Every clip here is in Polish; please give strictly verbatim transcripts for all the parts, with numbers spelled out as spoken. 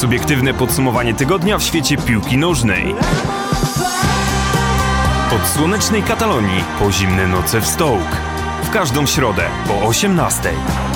Subiektywne podsumowanie tygodnia w świecie piłki nożnej. Od słonecznej Katalonii po zimne noce w Stoke. W każdą środę po osiemnastej.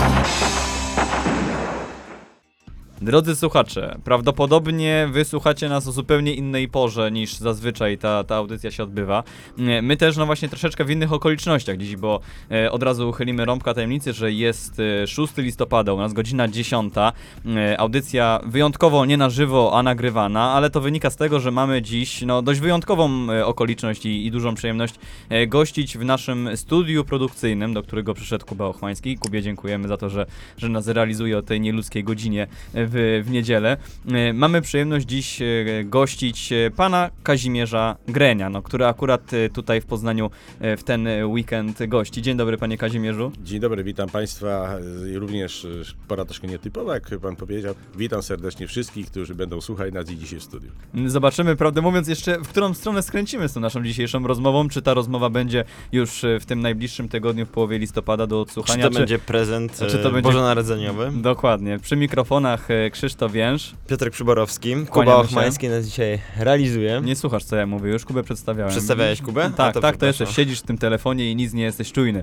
Drodzy słuchacze, prawdopodobnie wy słuchacie nas o zupełnie innej porze niż zazwyczaj ta, ta audycja się odbywa. My też no właśnie troszeczkę w innych okolicznościach dziś, bo e, od razu uchylimy rąbka tajemnicy, że jest e, szóstego listopada, u nas godzina dziesiąta. E, audycja wyjątkowo nie na żywo, a nagrywana, ale to wynika z tego, że mamy dziś no, dość wyjątkową e, okoliczność i, i dużą przyjemność e, gościć w naszym studiu produkcyjnym, do którego przyszedł Kuba Ochmański. Kubie dziękujemy za to, że, że nas realizuje o tej nieludzkiej godzinie w W, w niedzielę. Mamy przyjemność dziś gościć pana Kazimierza Grenia, no, który akurat tutaj w Poznaniu w ten weekend gości. Dzień dobry, panie Kazimierzu. Dzień dobry, witam państwa. Również pora troszkę nietypowa, jak pan powiedział. Witam serdecznie wszystkich, którzy będą słuchać nas i dzisiaj w studiu. Zobaczymy, prawdę mówiąc, jeszcze w którą stronę skręcimy z tą naszą dzisiejszą rozmową. Czy ta rozmowa będzie już w tym najbliższym tygodniu, w połowie listopada do odsłuchania. Czy to czy, będzie prezent czy to będzie... bożonarodzeniowy? Dokładnie. Przy mikrofonach Krzysztof Więż, Piotrek Przyborowski, Kuba Ochmański nas dzisiaj realizuje. Nie słuchasz, co ja mówię, już Kubę przedstawiałem. Przedstawiałeś Kubę? Tak, to tak, to jeszcze siedzisz w tym telefonie i nic nie jesteś czujny.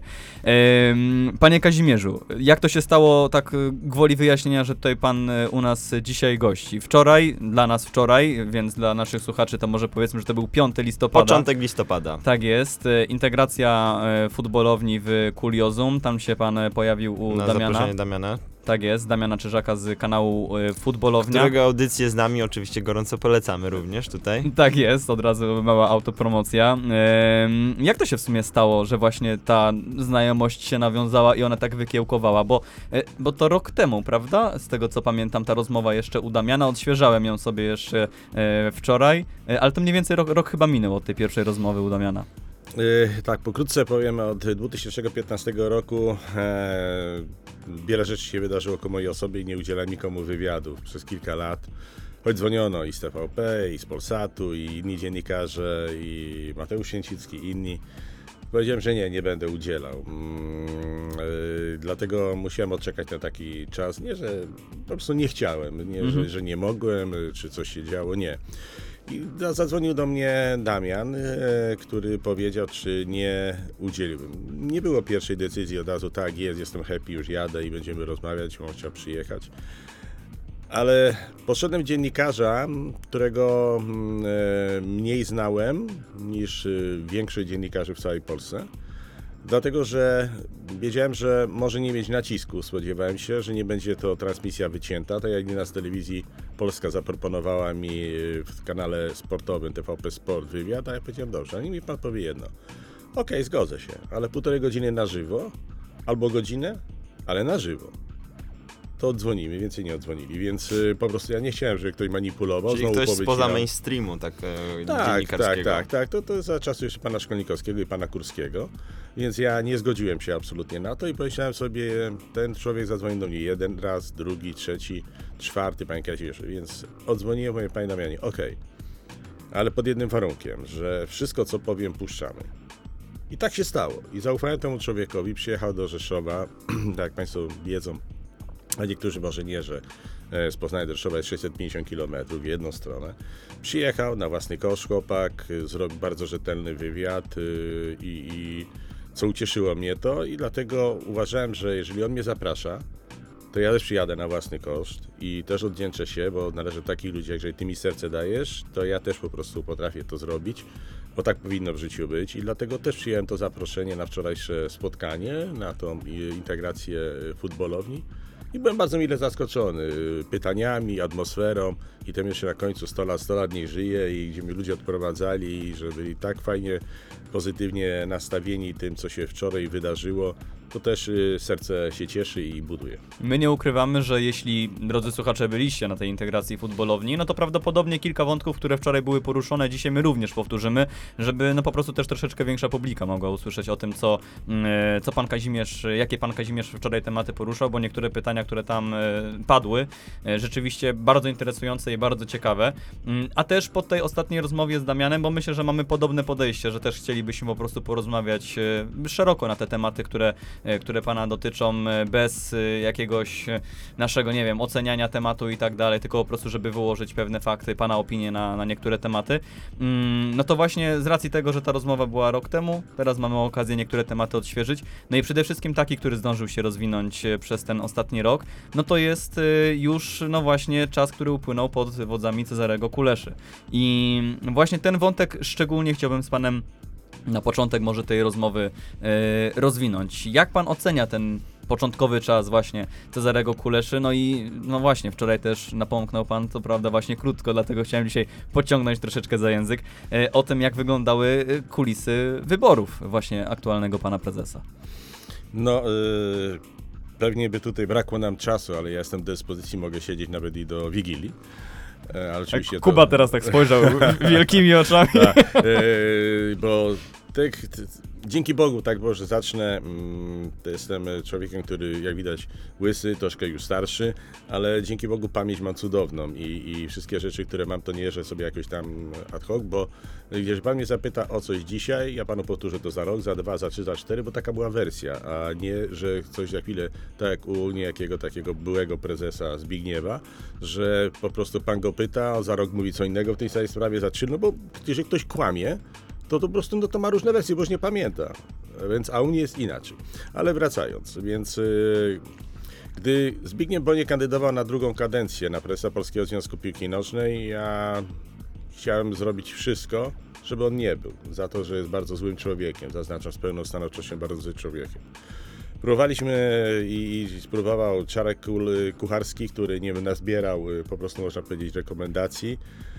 Ehm, panie Kazimierzu, jak to się stało, tak gwoli wyjaśnienia, że tutaj pan u nas dzisiaj gości? Wczoraj, dla nas wczoraj, więc dla naszych słuchaczy to może powiedzmy, że to był piątego listopada. Początek listopada. Tak jest. Integracja futbolowni w Kuriozum, tam się pan pojawił u Na Damiana. zaproszenie Damiana. Tak jest, Damiana Czyżaka z kanału y, Futbolownia. Którego audycję z nami oczywiście gorąco polecamy również tutaj. Tak jest, od razu mała autopromocja. Ehm, jak to się w sumie stało, że właśnie ta znajomość się nawiązała i ona tak wykiełkowała? Bo, e, bo to rok temu, prawda? Z tego co pamiętam, ta rozmowa jeszcze u Damiana, odświeżałem ją sobie jeszcze e, wczoraj, e, ale to mniej więcej rok, rok chyba minął od tej pierwszej rozmowy u Damiana. Yy, tak, pokrótce powiem, od dwa tysiące piętnastego roku e, wiele rzeczy się wydarzyło ku mojej osobie i nie udzielałem nikomu wywiadów przez kilka lat. Choć dzwoniono i z T V P, i z Polsatu, i inni dziennikarze, i Mateusz Święcicki, i inni. Powiedziałem, że nie, nie będę udzielał. Mm, yy, dlatego musiałem odczekać na taki czas. Nie, że po prostu nie chciałem, nie, mhm. że, że nie mogłem, czy coś się działo, nie. I zadzwonił do mnie Damian, e, który powiedział, czy nie udzieliłbym. Nie było pierwszej decyzji od razu, tak jest, jestem happy, już jadę i będziemy rozmawiać, on chciał przyjechać. Ale poszedłem w dziennikarza, którego e, mniej znałem niż e, większość dziennikarzy w całej Polsce. Dlatego, że wiedziałem, że może nie mieć nacisku. Spodziewałem się, że nie będzie to transmisja wycięta. Tak jak nieraz telewizji Polska zaproponowała mi w kanale sportowym T V P Sport wywiad, a ja powiedziałem, dobrze, a niech mi pan powie jedno. Okej, okay, zgodzę się, ale półtorej godziny na żywo, albo godzinę, ale na żywo. To odzwonimy, więcej nie odzwonili, więc y, po prostu ja nie chciałem, żeby ktoś manipulował. Czyli znowu ktoś powiedział, spoza mainstreamu, tak, e, tak dziennikarskiego. Tak, tak, tak. To, to za czasów jeszcze pana Szkolnikowskiego i pana Kurskiego, więc ja nie zgodziłem się absolutnie na to i pomyślałem sobie, ten człowiek zadzwonił do mnie jeden raz, drugi, trzeci, czwarty, panie Kazimierzu, więc odzwoniłem, mówię, panie Damianie, okej, okay, ale pod jednym warunkiem, że wszystko, co powiem, puszczamy. I tak się stało. I zaufałem temu człowiekowi, przyjechał do Rzeszowa, tak jak państwo wiedzą, a niektórzy może nie, że z Poznania do Rzeszowa jest sześćset pięćdziesiąt kilometrów w jedną stronę. Przyjechał na własny koszt chłopak, zrobił bardzo rzetelny wywiad i, i co ucieszyło mnie to i dlatego uważałem, że jeżeli on mnie zaprasza, to ja też przyjadę na własny koszt i też odwdzięczę się, bo należy do takich ludzi, jeżeli ty mi serce dajesz, to ja też po prostu potrafię to zrobić, bo tak powinno w życiu być i dlatego też przyjąłem to zaproszenie na wczorajsze spotkanie, na tą integrację futbolowni. I byłem bardzo mile zaskoczony pytaniami, atmosferą i tym jeszcze na końcu sto lat, sto lat niech żyje i gdzie mnie ludzie odprowadzali i że byli tak fajnie, pozytywnie nastawieni tym, co się wczoraj wydarzyło. To też serce się cieszy i buduje. My nie ukrywamy, że jeśli, drodzy słuchacze, byliście na tej integracji futbolowni, no to prawdopodobnie kilka wątków, które wczoraj były poruszone, dzisiaj my również powtórzymy, żeby no po prostu też troszeczkę większa publika mogła usłyszeć o tym, co, co pan Kazimierz, jakie pan Kazimierz wczoraj tematy poruszał, bo niektóre pytania, które tam padły, rzeczywiście bardzo interesujące i bardzo ciekawe. A też po tej ostatniej rozmowie z Damianem, bo myślę, że mamy podobne podejście, że też chcielibyśmy po prostu porozmawiać szeroko na te tematy, które e, które pana dotyczą, e, bez e, jakiegoś e, naszego, nie wiem, oceniania tematu i tak dalej, tylko po prostu, żeby wyłożyć pewne fakty, pana opinie na, na niektóre tematy. Mm, no to właśnie z racji tego, że ta rozmowa była rok temu, teraz mamy okazję niektóre tematy odświeżyć, no i przede wszystkim taki, który zdążył się rozwinąć e, przez ten ostatni rok, no to jest e, już, no właśnie, czas, który upłynął pod wodzami Cezarego Kuleszy. I właśnie ten wątek szczególnie chciałbym z panem na początek może tej rozmowy e, rozwinąć. Jak pan ocenia ten początkowy czas właśnie Cezarego Kuleszy? No i no właśnie, wczoraj też napomknął pan, co prawda właśnie krótko, dlatego chciałem dzisiaj pociągnąć troszeczkę za język, e, o tym, jak wyglądały kulisy wyborów właśnie aktualnego pana prezesa. No, yy, pewnie by tutaj brakło nam czasu, ale ja jestem do dyspozycji, mogę siedzieć nawet i do Wigilii. E, ale oczywiście Kuba to... teraz tak spojrzał wielkimi oczami. Tak, yy, bo tak, t, dzięki Bogu, tak Boże, zacznę. Mm, to jestem człowiekiem, który jak widać łysy, troszkę już starszy, ale dzięki Bogu pamięć mam cudowną i, i wszystkie rzeczy, które mam, to nie jeżdżę sobie jakoś tam ad hoc, bo jeżeli pan mnie zapyta o coś dzisiaj, ja panu powtórzę to za rok, za dwa, za trzy, za cztery, bo taka była wersja, a nie, że coś za chwilę, tak jak u niejakiego takiego byłego prezesa Zbigniewa, że po prostu pan go pyta, a za rok mówi co innego w tej samej sprawie, za trzy, no bo jeżeli ktoś kłamie, to, to po prostu no, to ma różne wersje, bo już nie pamięta, więc, a u mnie jest inaczej. Ale wracając, więc yy, gdy Zbigniew Boniek kandydował na drugą kadencję na prezesa Polskiego Związku Piłki Nożnej, ja chciałem zrobić wszystko, żeby on nie był, za to, że jest bardzo złym człowiekiem, zaznaczam z pełną stanowczością, bardzo złym człowiekiem. Próbowaliśmy i, i spróbował Czarek Kucharski, który nie wiem, nazbierał, po prostu można powiedzieć, rekomendacji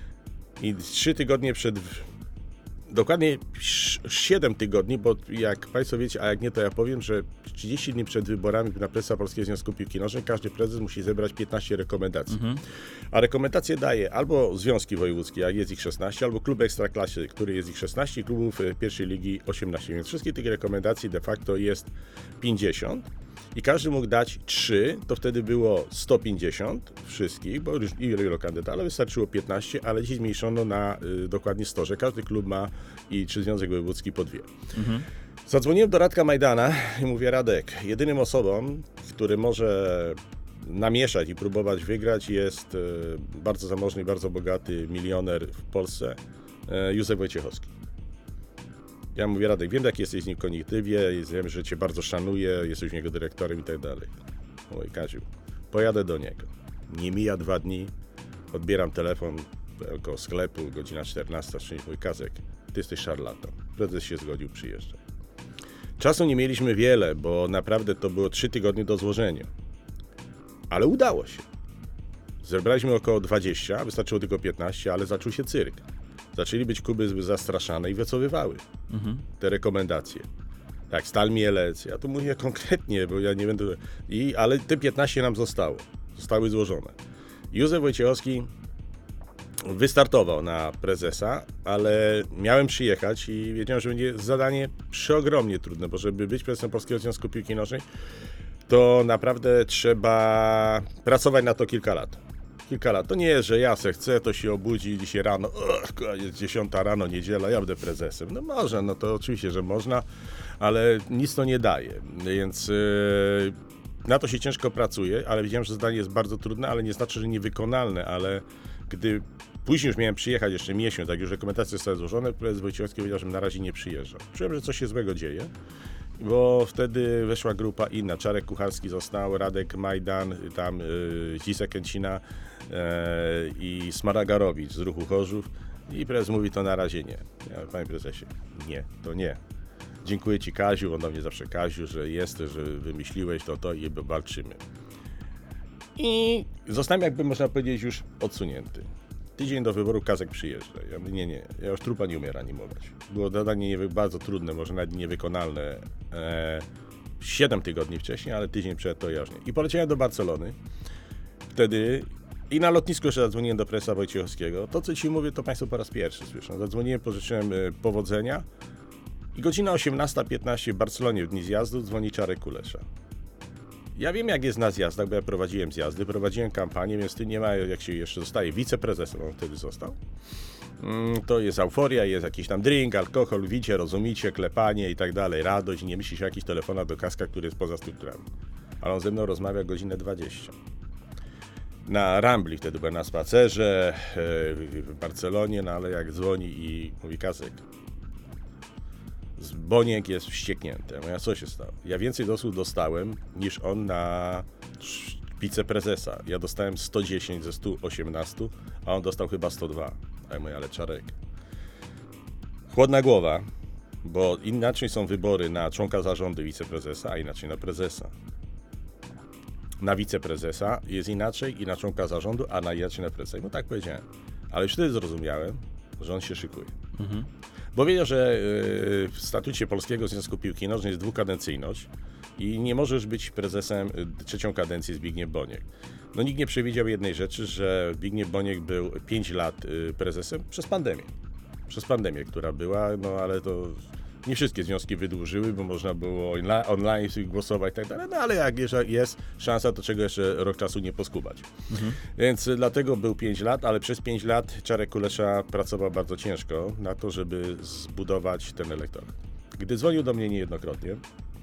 i trzy tygodnie przed... Dokładnie siedem tygodni, bo jak Państwo wiecie, a jak nie, to ja powiem, że trzydzieści dni przed wyborami na prezesa Polskiego Związku Piłki Nożnej każdy prezes musi zebrać piętnaście rekomendacji. Mhm. A rekomendacje daje albo związki wojewódzkie, jak jest ich szesnaście, albo klub Ekstraklasy, który jest ich szesnaście, i klubów pierwszej ligi osiemnaście. Więc wszystkie tych rekomendacji de facto jest pięćdziesiąt. I każdy mógł dać trzy, to wtedy było sto pięćdziesiąt wszystkich, bo już ilu kandydatów, ale wystarczyło piętnaście, ale dzisiaj zmniejszono na y, dokładnie sto, że każdy klub ma i czy Związek Wojewódzki po dwie. Mhm. Zadzwoniłem do Radka Majdana i mówię: Radek, jedynym osobą, który może namieszać i próbować wygrać, jest y, bardzo zamożny i bardzo bogaty milioner w Polsce, y, Józef Wojciechowski. Ja mówię: Radek, wiem, jaki jesteś z nim w kognitywie, wiem, że cię bardzo szanuję, jesteś u niego dyrektorem i tak dalej. Mówię: Kaziu, pojadę do niego. Nie mija dwa dni, odbieram telefon koło sklepu, godzina czternasta, mój Kazek, ty jesteś szarlatan. Prezes się zgodził, przyjeżdżaj. Czasu nie mieliśmy wiele, bo naprawdę to było trzy tygodnie do złożenia. Ale udało się. Zebraliśmy około dwadzieścia, wystarczyło tylko piętnaście, ale zaczął się cyrk. Zaczęli być kluby zastraszane i wycofywały mhm. te rekomendacje. Tak, Stal Mielec, ja tu mówię konkretnie, bo ja nie będę... I, ale te piętnaście nam zostało, zostały złożone. Józef Wojciechowski wystartował na prezesa, ale miałem przyjechać i wiedziałem, że będzie zadanie przeogromnie trudne, bo żeby być prezesem Polskiego Związku Piłki Nożnej, to naprawdę trzeba pracować na to kilka lat. Kilka lat. To nie jest, że ja se chcę, to się obudzi dzisiaj rano, och, jest dziesiąta rano, niedziela, ja będę prezesem. No można, no to oczywiście, że można, ale nic to nie daje, więc yy, na to się ciężko pracuje, ale wiedziałem, że zadanie jest bardzo trudne, ale nie znaczy, że niewykonalne, ale gdy później już miałem przyjechać jeszcze miesiąc, jak już rekomendacje zostały złożone, prezes Wojciechowski powiedział, że na razie nie przyjeżdża. Czułem, że coś się złego dzieje, bo wtedy weszła grupa inna. Czarek Kucharski został, Radek Majdan, tam yy, Zisek Kęcina yy, i Smaragarowicz z Ruchu Chorzów. I prezes mówi: to na razie nie. Ja, panie prezesie, nie, to nie. Dziękuję ci, Kaziu, on do mnie zawsze: Kaziu, że jesteś, że wymyśliłeś to, to i walczymy. I zostałem, jakby można powiedzieć, już odsunięty. Tydzień do wyboru Kazek przyjeżdża. Ja mówię: nie, nie, ja już trupa nie umiem reanimować. Było zadanie nie, bardzo trudne, może nawet niewykonalne. E, siedem tygodni wcześniej, ale tydzień przed to ja już nie. I poleciałem do Barcelony. Wtedy i na lotnisku jeszcze zadzwoniłem do prezesa Wojciechowskiego. To, co ci mówię, to państwo po raz pierwszy słyszą. Zadzwoniłem, pożyczyłem e, powodzenia i godzina osiemnasta piętnaście w Barcelonie w dni zjazdu dzwoni Czarek Kulesza. Ja wiem, jak jest na zjazdach, bo ja prowadziłem zjazdy, prowadziłem kampanię, więc ty nie ma, jak się jeszcze zostaje wiceprezesem, on wtedy został. to jest euforia, jest jakiś tam drink, alkohol, wicie, rozumicie, klepanie i tak dalej, radość, nie myślisz o jakichś telefonach do kaska, który jest poza strukturami. Ale on ze mną rozmawia godzinę dwadzieścia. Na Rambli wtedy byłem na spacerze w Barcelonie, no ale jak dzwoni i mówi Kasek, Boniek jest wścieknięty. Ja, co się stało? Ja więcej dosłów dostałem niż on na wiceprezesa. Ja dostałem sto dziesięć ze stu osiemnastu, a on dostał chyba sto dwa. A ja mówię, ale Czarek. Chłodna głowa, bo inaczej są wybory na członka zarządu i wiceprezesa, a inaczej na prezesa. Na wiceprezesa jest inaczej i na członka zarządu, a na inaczej na prezesa. No tak powiedziałem. Ale już wtedy zrozumiałem, że on się szykuje. Mhm. Bo wiedział, że w statucie Polskiego Związku Piłki Nożnej jest dwukadencyjność i nie możesz być prezesem trzecią kadencję Zbigniew Boniek. No nikt nie przewidział jednej rzeczy, że Zbigniew Boniek był pięć lat prezesem przez pandemię. Przez pandemię, która była, no ale to nie wszystkie związki wydłużyły, bo można było online głosować i tak dalej, no ale jak jest szansa, to czego jeszcze rok czasu nie poskubać. Mhm. Więc dlatego był pięć lat, ale przez pięć lat Czarek Kulesza pracował bardzo ciężko na to, żeby zbudować ten elektorat. Gdy dzwonił do mnie niejednokrotnie,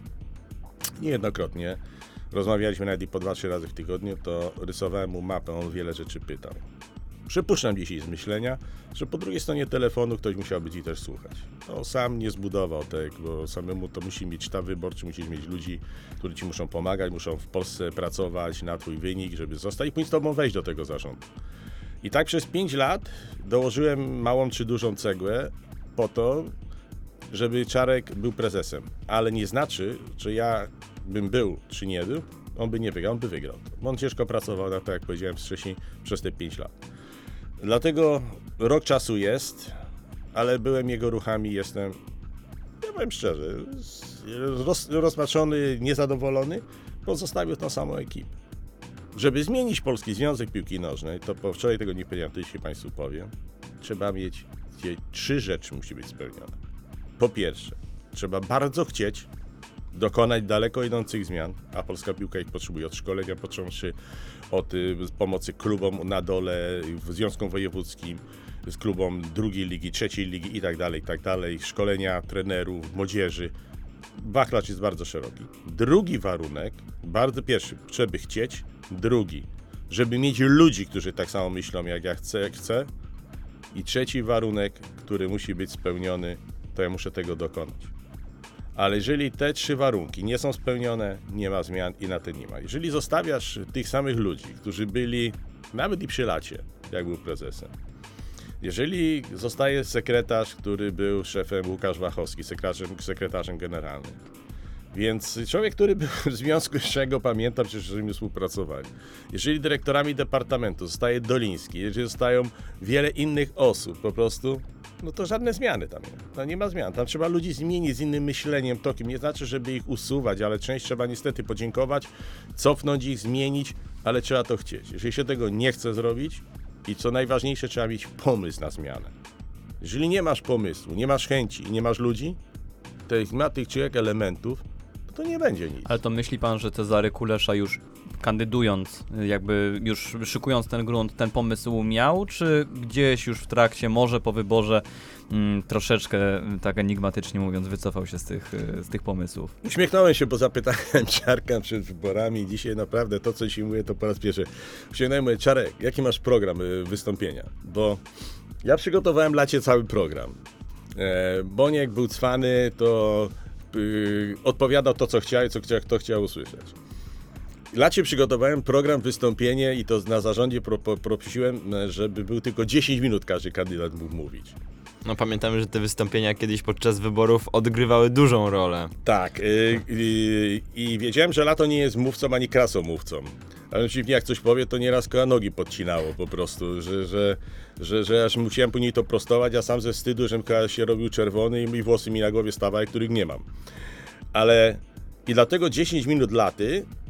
niejednokrotnie, rozmawialiśmy nawet i po dwa, trzy razy w tygodniu, to rysowałem mu mapę, on wiele rzeczy pytał. Przypuszczam dzisiaj z myślenia, że po drugiej stronie telefonu ktoś musiał być i też słuchać. To sam nie zbudował tego, bo samemu to musi mieć sztab wyborczy, musisz mieć ludzi, którzy ci muszą pomagać, muszą w Polsce pracować na twój wynik, żeby zostać i później z tobą wejść do tego zarządu. I tak przez pięć lat dołożyłem małą czy dużą cegłę po to, żeby Czarek był prezesem. Ale nie znaczy, że ja bym był czy nie był, on by nie wygrał, on by wygrał. Bo on ciężko pracował na to, jak powiedziałem wcześniej, przez te pięć lat. Dlatego rok czasu jest, ale byłem jego ruchami, jestem, ja powiem szczerze, roz, rozpaczony, niezadowolony, bo zostawił tą samą ekipę. Żeby zmienić Polski Związek Piłki Nożnej, to po wczoraj tego nie powiedziałem, to dzisiaj Państwu powiem, trzeba mieć, trzy rzeczy musi być spełnione. Po pierwsze, trzeba bardzo chcieć dokonać daleko idących zmian, a polska piłka ich potrzebuje od szkolenia, począwszy od y, pomocy klubom na dole, w związkom wojewódzkim, z klubom drugiej ligi, trzeciej ligi i tak dalej, i tak dalej, szkolenia trenerów, młodzieży. Wachlarz jest bardzo szeroki. Drugi warunek, bardzo pierwszy, żeby chcieć. Drugi, żeby mieć ludzi, którzy tak samo myślą, jak ja chcę, jak chcę. I trzeci warunek, który musi być spełniony, to ja muszę tego dokonać. Ale jeżeli te trzy warunki nie są spełnione, nie ma zmian i na tym nie ma. Jeżeli zostawiasz tych samych ludzi, którzy byli nawet i przy lacie, jak był prezesem, jeżeli zostaje sekretarz, który był szefem, Łukasz Wachowski, sekretarzem, sekretarzem generalnym, więc człowiek, który był w związku, z czego pamiętam, przecież że my współpracowali. Jeżeli dyrektorami departamentu zostaje Doliński, jeżeli zostają wiele innych osób po prostu, no to żadne zmiany tam nie ma. No nie ma zmian. Tam trzeba ludzi zmienić z innym myśleniem, tokiem. Nie znaczy, żeby ich usuwać, ale część trzeba niestety podziękować, cofnąć ich, zmienić, ale trzeba to chcieć. Jeżeli się tego nie chce zrobić i co najważniejsze, trzeba mieć pomysł na zmianę. Jeżeli nie masz pomysłu, nie masz chęci i nie masz ludzi, tych, ma tych trzech elementów, to nie będzie nic. Ale to myśli pan, że Cezary Kulesza już kandydując, jakby już szykując ten grunt, ten pomysł miał, czy gdzieś już w trakcie, może po wyborze mm, troszeczkę, tak enigmatycznie mówiąc, wycofał się z tych, z tych pomysłów? Uśmiechnąłem się, bo zapytałem Czarka przed wyborami i dzisiaj naprawdę to, co ci mówię, to po raz pierwszy. Uśmiechnąłem, mówię, Czarek, jaki masz program wystąpienia? Bo ja przygotowałem lacie cały program. E, Boniek był cwany, to y, odpowiadał to, co chciał i co chciał, kto chciał usłyszeć. Lacie przygotowałem program, wystąpienie i to na zarządzie pro, pro, prosiłem, żeby był tylko dziesięć minut każdy kandydat mógł mówić. No pamiętamy, że te wystąpienia kiedyś podczas wyborów odgrywały dużą rolę. Tak yy, yy, i wiedziałem, że Lato nie jest mówcą ani krasomówcą. Ale oczywiście jak coś powie, to nieraz koła nogi podcinało po prostu, że, że, że, że aż musiałem później to prostować, a sam ze wstydu, że się robił czerwony i włosy mi na głowie stawały, których nie mam. Ale i dlatego dziesięć minut Laty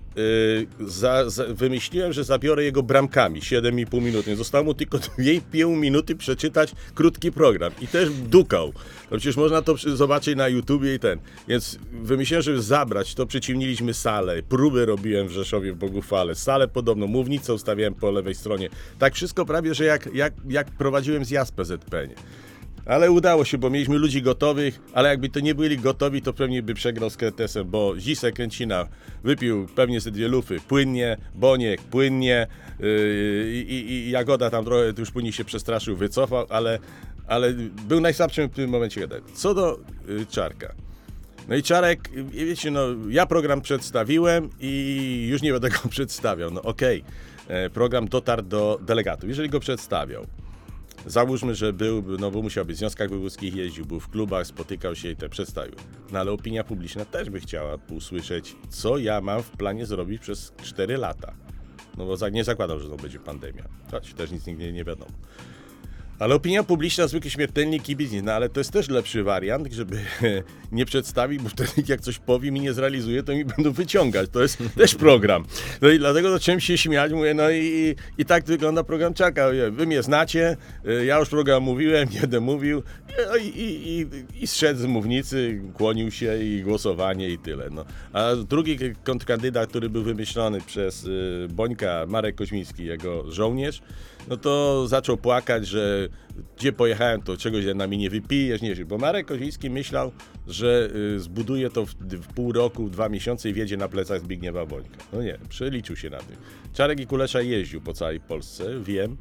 Yy, za, za, wymyśliłem, że zabiorę jego bramkami siedem i pół minuty. Zostało mu tylko dwie i pół minuty przeczytać krótki program. I też dukał. No przecież można to przy, zobaczyć na YouTubie i ten. Więc wymyśliłem, żeby zabrać, to przyciemniliśmy salę. Próby robiłem w Rzeszowie w Boguchwale. Salę podobno, mównicę ustawiałem po lewej stronie. Tak wszystko prawie, że jak, jak, jak prowadziłem zjazd P Z P. Nie? Ale udało się, bo mieliśmy ludzi gotowych, ale jakby to nie byli gotowi, to pewnie by przegrał z Kretesem, bo Zisek Kręcina wypił pewnie ze dwie lufy płynnie, Boniek płynnie yy, i, i Jagoda tam trochę już później się przestraszył, wycofał, ale, ale był najsłabszym w tym momencie. Co do yy, Czarka. No i Czarek, wiecie, no ja program przedstawiłem i już nie będę go przedstawiał. No okej, okay. Program dotarł do delegatów. Jeżeli go przedstawiał, załóżmy, że był, no bo musiał być w związkach wojewódzkich, jeździł, był w klubach, spotykał się i te przedstawił. No ale opinia publiczna też by chciała usłyszeć, co ja mam w planie zrobić przez cztery lata. No bo nie zakładam, że to będzie pandemia. Choć też nic nigdy nie wiadomo. Ale opinia publiczna, zwykły śmiertelnik kibic, no ale to jest też lepszy wariant, żeby nie przedstawić, bo wtedy jak coś powiem i nie zrealizuję, to mi będą wyciągać. To jest też program. No i dlatego zacząłem się śmiać, mówię, no i, i tak wygląda program Czarka. Wy mnie znacie, ja już program mówiłem, nie będę mówił i, i, i, i zszedł z mównicy, kłonił się i głosowanie i tyle. No. A drugi kontrkandydat, który był wymyślony przez Bońka, Marek Koźmiński, jego żołnierz, no to zaczął płakać, że gdzie pojechałem, to czegoś na mnie nie wypijesz, nie, bo Marek Koźmiński myślał, że y, zbuduje to w, w pół roku, w dwa miesiące i wjedzie na plecach Zbigniewa Bońka. No nie, przeliczył się na tym. Czarek i Kulesza jeździł po całej Polsce, wiem,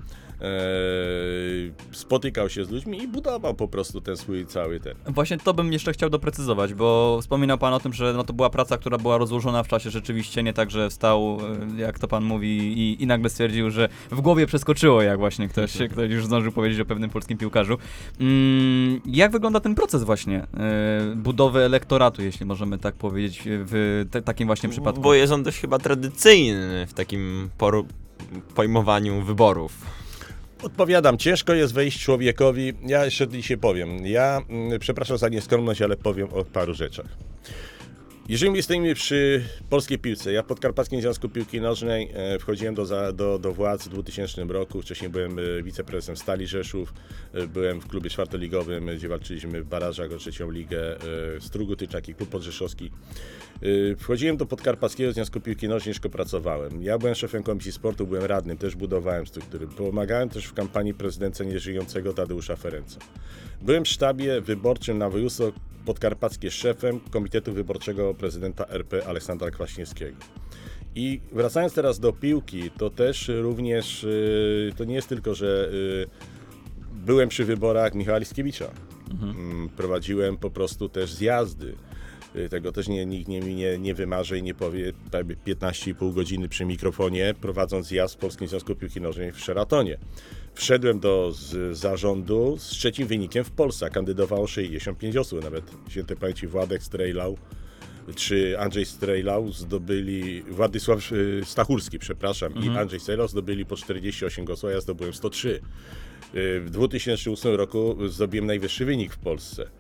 Eee, spotykał się z ludźmi i budował po prostu ten swój cały ten. Właśnie to bym jeszcze chciał doprecyzować, bo wspominał pan o tym, że no to była praca, która była rozłożona w czasie rzeczywiście, nie tak, że wstał, jak to pan mówi i, i nagle stwierdził, że w głowie przeskoczyło, jak właśnie ktoś, ktoś już zdążył powiedzieć o pewnym polskim piłkarzu. Mm, jak wygląda ten proces właśnie e, budowy elektoratu, jeśli możemy tak powiedzieć, w te, takim właśnie przypadku? Bo jest on dość chyba tradycyjny w takim poru- pojmowaniu wyborów. Odpowiadam, ciężko jest wejść człowiekowi, ja jeszcze dzisiaj powiem, ja mm, przepraszam za nieskromność, ale powiem o paru rzeczach. Jeżeli jesteśmy przy polskiej piłce, ja w Podkarpackim Związku Piłki Nożnej e, wchodziłem do, za, do, do władz w dwutysięcznym roku, wcześniej byłem e, wiceprezesem Stali Rzeszów, e, byłem w klubie czwartoligowym, gdzie walczyliśmy w barażach o trzecią ligę, e, Strugu Tyczak i klub podrzeszowski. E, wchodziłem do Podkarpackiego Związku Piłki Nożnej, szybko pracowałem. Ja byłem szefem Komisji Sportu, byłem radnym, też budowałem struktury. Pomagałem też w kampanii prezydenta nieżyjącego Tadeusza Ferenca. Byłem w sztabie wyborczym na województwo podkarpackie szefem Komitetu Wyborczego prezydenta R P Aleksandra Kwaśniewskiego. I wracając teraz do piłki, to też również, yy, to nie jest tylko, że yy, byłem przy wyborach Michała Liskiewicza. Mhm. Yy, prowadziłem po prostu też zjazdy. Yy, tego też nie, nikt nie, nie, nie wymarzy i nie powie piętnaście i pół godziny przy mikrofonie, prowadząc zjazd w Polskim Związku Piłki Nożnej w Sheratonie. Wszedłem do z, zarządu z trzecim wynikiem w Polsce, a kandydowało sześćdziesiąt pięć osób, nawet świętej pamięci Władek Strejlał czy Andrzej Strejlał zdobyli, Władysław Stachurski, przepraszam, mhm. i Andrzej Strejlał zdobyli po czterdzieści osiem głosów, a ja zdobyłem sto trzy. W dwa tysiące ósmym roku zdobiłem najwyższy wynik w Polsce.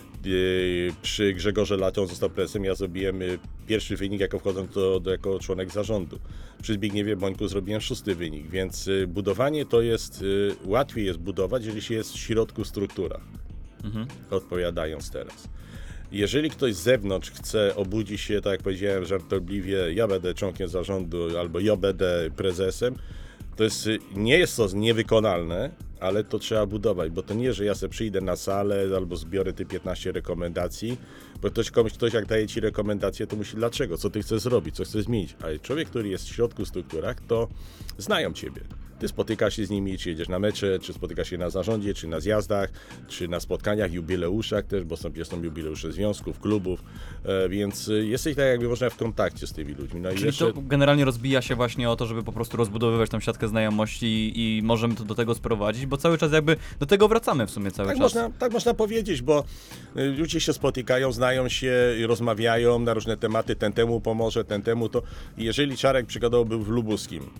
Przy Grzegorze Lacie, on został prezesem, ja zrobiłem pierwszy wynik jako wchodząc do, do, jako członek zarządu. Przy Zbigniewie Bońku zrobiłem szósty wynik, więc budowanie to jest, łatwiej jest budować, jeżeli się jest w środku struktura. Mhm. Odpowiadając teraz. Jeżeli ktoś z zewnątrz chce obudzić się, tak jak powiedziałem żartobliwie, ja będę członkiem zarządu albo ja będę prezesem, to jest, nie jest to niewykonalne, ale to trzeba budować, bo to nie, że ja sobie przyjdę na salę albo zbiorę te piętnaście rekomendacji, bo ktoś, komuś, ktoś jak daje ci rekomendacje, to myśli dlaczego, co ty chcesz zrobić, co chcesz zmienić, ale człowiek, który jest w środku w strukturach, to znają ciebie. Ty spotykasz się z nimi, czy jedziesz na mecze, czy spotykasz się na zarządzie, czy na zjazdach, czy na spotkaniach, jubileuszach też, bo są, są jubileusze związków, klubów, e, więc jesteś tak jakby można w kontakcie z tymi ludźmi. No Czyli i jeszcze... to generalnie rozbija się właśnie o to, żeby po prostu rozbudowywać tą siatkę znajomości i możemy to do tego sprowadzić, bo cały czas jakby do tego wracamy w sumie cały tak czas. Można, tak można powiedzieć, bo ludzie się spotykają, znają się, rozmawiają na różne tematy, ten temu pomoże, ten temu to. I jeżeli Czarek przykładowo był w Lubuskim,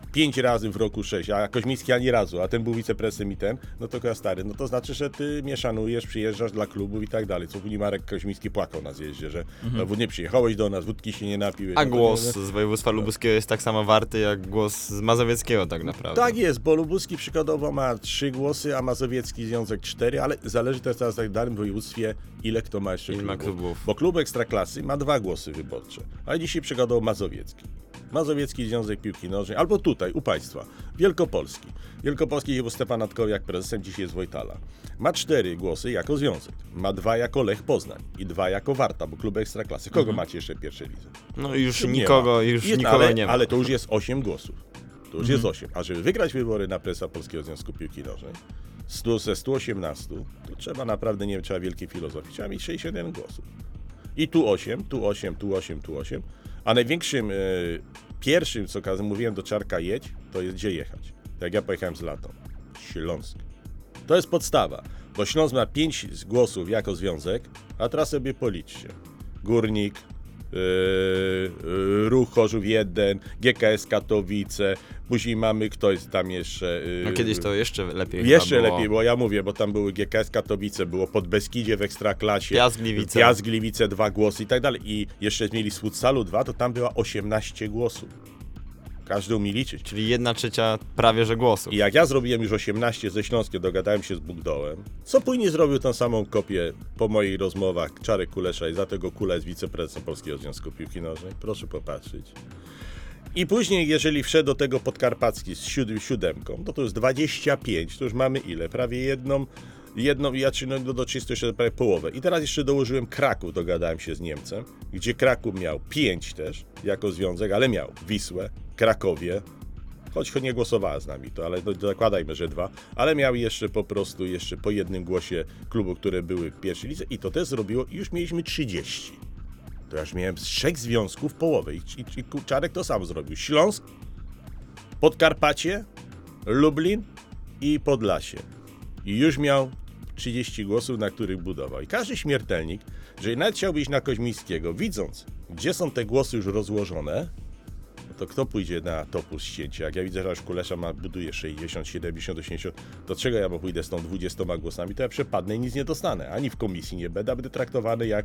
pięć razy w roku sześć, a Koźmiński ani razu, a ten był wiceprezesem i ten, no to stary, no to znaczy, że ty mnie szanujesz, przyjeżdżasz dla klubów i tak dalej. Co później Marek Koźmiński płakał na zjeździe, że mhm. no, nie przyjechałeś do nas, wódki się nie napiłeś. A no, głos nie, z województwa lubuskiego jest tak samo warty jak głos z mazowieckiego tak naprawdę. Tak jest, bo lubuski przykładowo ma trzy głosy, a mazowiecki związek cztery, ale zależy też teraz tak w danym województwie, ile kto ma jeszcze Ile klubów. ma klubów. Bo klub Ekstraklasy ma dwa głosy wyborcze, a dzisiaj przykładowo mazowiecki. Mazowiecki Związek Piłki Nożnej, albo tutaj, u państwa, Wielkopolski. Wielkopolski był Stefan Natkowiak prezesem, dzisiaj jest Wojtala. Ma cztery głosy jako związek. Ma dwa jako Lech Poznań i dwa jako Warta, bo klub Ekstraklasy. Kogo mhm. macie jeszcze w pierwszej lidze? No już nie nikogo, ma. już Jest, nikogo ale, nie ma. Ale to już jest osiem głosów. To już mhm. jest osiem. A żeby wygrać wybory na prezesa Polskiego Związku Piłki Nożnej, stu, ze stu osiemnastu, to trzeba naprawdę, nie wiem, trzeba wielkiej filozofii. Trzeba mieć sześćdziesiąt jeden głosów. I tu osiem, tu osiem, tu osiem, tu osiem. A największym, yy, pierwszym, co kazem mówiłem do Czarka jedź, to jest gdzie jechać. Jak ja pojechałem z latą. Śląsk. To jest podstawa, bo Śląsk ma pięć głosów jako związek, a teraz sobie policzcie. Górnik, yy, yy, Ruch Chorzów jeden, G K S Katowice, później mamy ktoś tam jeszcze... Yy, no kiedyś to jeszcze lepiej Jeszcze było. lepiej, bo ja mówię, bo tam były G K S Katowice, było Podbeskidzie w Ekstraklasie. Piast Gliwice. Piast Gliwice, dwa głosy i tak dalej. I jeszcze mieli z futsalu dwa, to tam była osiemnaście głosów. Każdy umie liczyć. Czyli jedna trzecia prawie że głosów. I jak ja zrobiłem już osiemnaście ze Śląskiem, dogadałem się z Bugdołem, co później zrobił tą samą kopię po moich rozmowach Czarek Kulesza i za tego Kula jest wiceprezesem Polskiego Związku Piłki Nożnej. Proszę popatrzeć. I później, jeżeli wszedł do tego Podkarpacki z siód- siódemką, to to jest dwadzieścia pięć, to już mamy ile? Prawie jedną, jedną ja czy no, do trzystu jeszcze prawie połowę. I teraz jeszcze dołożyłem Kraków, dogadałem się z Niemcem, gdzie Kraków miał pięć też, jako związek, ale miał Wisłę, Krakowie, choć nie głosowała z nami to, ale no, zakładajmy, że dwa, ale miał jeszcze po prostu jeszcze po jednym głosie klubu, które były w pierwszej lidze i to też zrobiło i już mieliśmy trzydzieści. To ja już miałem z trzech związków połowę i, i, i Czarek to sam zrobił. Śląsk, Podkarpacie, Lublin i Podlasie. I już miał trzydzieści głosów, na których budował. I każdy śmiertelnik, jeżeli nawet chciałby iść na Koźmińskiego, widząc, gdzie są te głosy już rozłożone, no to kto pójdzie na topór ścięcia? Jak ja widzę, że aż Kulesza ma, buduje sześćdziesiąt, siedemdziesiąt, osiemdziesiąt, to czego ja pójdę z tą dwudziestoma głosami? To ja przepadnę i nic nie dostanę. Ani w komisji nie będę, a będę traktowany jak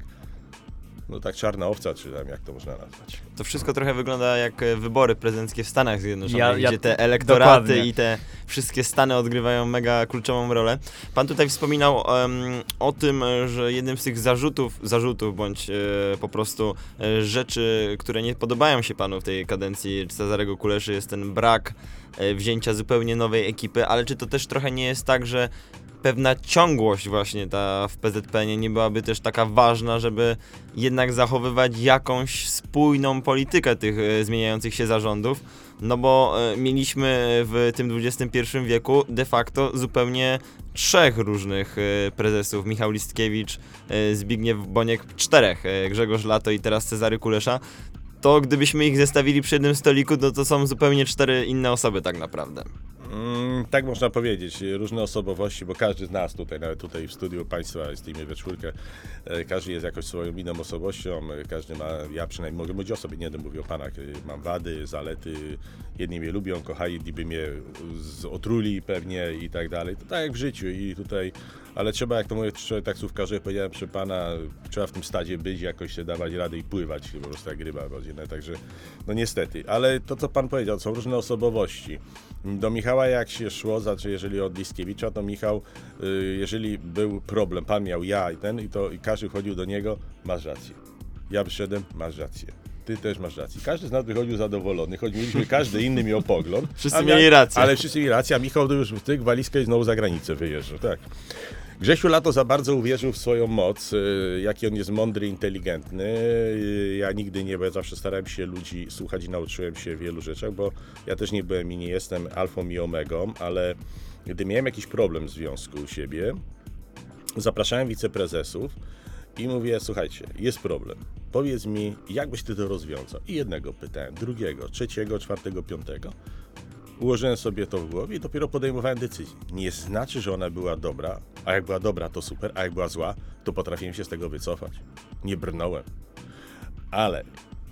no tak czarna owca, czy tam jak to można nazwać. To wszystko trochę wygląda jak wybory prezydenckie w Stanach Zjednoczonych, Ja- ja- gdzie te elektoraty dokładnie. i te wszystkie stany odgrywają mega kluczową rolę. Pan tutaj wspominał um, o tym, że jednym z tych zarzutów, zarzutów bądź e, po prostu e, rzeczy, które nie podobają się panu w tej kadencji Cezarego Kuleszy, jest ten brak e, wzięcia zupełnie nowej ekipy, ale czy to też trochę nie jest tak, że pewna ciągłość właśnie ta w P Z P nie, nie byłaby też taka ważna, żeby jednak zachowywać jakąś spójną politykę tych e, zmieniających się zarządów, no bo e, mieliśmy w tym dwudziestym pierwszym wieku de facto zupełnie trzech różnych e, prezesów, Michał Listkiewicz, e, Zbigniew Boniek, czterech, e, Grzegorz Lato i teraz Cezary Kulesza. To gdybyśmy ich zestawili przy jednym stoliku, to to są zupełnie cztery inne osoby tak naprawdę. Mm, tak można powiedzieć, różne osobowości, bo każdy z nas tutaj, nawet tutaj w studiu państwa, jesteśmy we czwórkę, e, każdy jest jakoś swoją inną osobowością, e, każdy ma, ja przynajmniej mogę mówić o sobie, nie będę mówił o panach, e, mam wady, zalety, jedni mnie lubią, kochali, gdyby mnie z- otruli pewnie i tak dalej, to tak jak w życiu i tutaj, ale trzeba, jak to mówię, człowiek taksówkarze, powiedziałem, proszę pana, trzeba w tym stadzie być, jakoś się dawać radę i pływać, po prostu jak ryba rodzinna, także no niestety, ale to co pan powiedział, są różne osobowości. Do Michała jak się szło, znaczy jeżeli od Liskiewicza, to Michał, y, jeżeli był problem, pan miał ja i ten, i to i każdy chodził do niego, masz rację. Ja przyszedłem, masz rację. Ty też masz rację. Każdy z nas wychodził zadowolony, choć mieliśmy każdy inny miał pogląd. Wszyscy a mieli rację. Ale wszyscy mieli rację, a Michał to już w tych walizkę i znowu za granicę wyjeżdżał, tak. Grzesiu Lato za bardzo uwierzył w swoją moc, y, jaki on jest mądry, inteligentny. Y, ja nigdy nie, bo ja zawsze starałem się ludzi słuchać i nauczyłem się wielu rzeczach, bo ja też nie byłem i nie jestem alfą i omegą, ale gdy miałem jakiś problem w związku u siebie, zapraszałem wiceprezesów i mówię, słuchajcie, jest problem. Powiedz mi, jak byś ty to rozwiązał? I jednego pytałem, drugiego, trzeciego, czwartego, piątego. Ułożyłem sobie to w głowie i dopiero podejmowałem decyzję. Nie znaczy, że ona była dobra, a jak była dobra, to super, a jak była zła, to potrafiłem się z tego wycofać. Nie brnąłem. Ale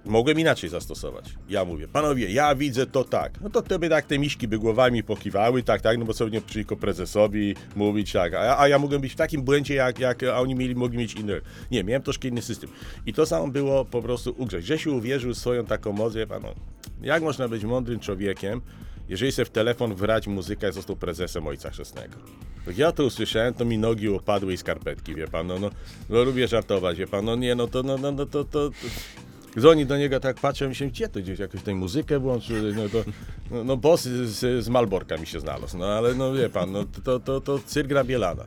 mogłem inaczej zastosować. Ja mówię, panowie, ja widzę to tak. No to tobie tak te miśki by głowami pokiwały, tak, tak, no bo sobie nie przeciwko prezesowi mówić tak, a, a ja mogłem być w takim błędzie, jak, jak a oni mieli, mogli mieć inny. Nie, miałem troszkę inny system. I to samo było po prostu u Grzesiu. Grzesiu uwierzył w swoją taką moc, wie pan, no, jak można być mądrym człowiekiem, jeżeli sobie w telefon wrać muzykę, jak został prezesem Ojca Chrzestnego. Jak ja to usłyszałem, to mi nogi opadły i skarpetki, wie pan, no, no, no lubię żartować, wie pan, no nie, no to, no, no, no to, to, to... Dzwoni do niego, tak patrzę, myślę, gdzie to gdzieś jakąś tę muzykę włączy, no to, no, no boss z, z Malborka mi się znalazł, no ale no wie pan, no to, to, to cyrk na Bielana.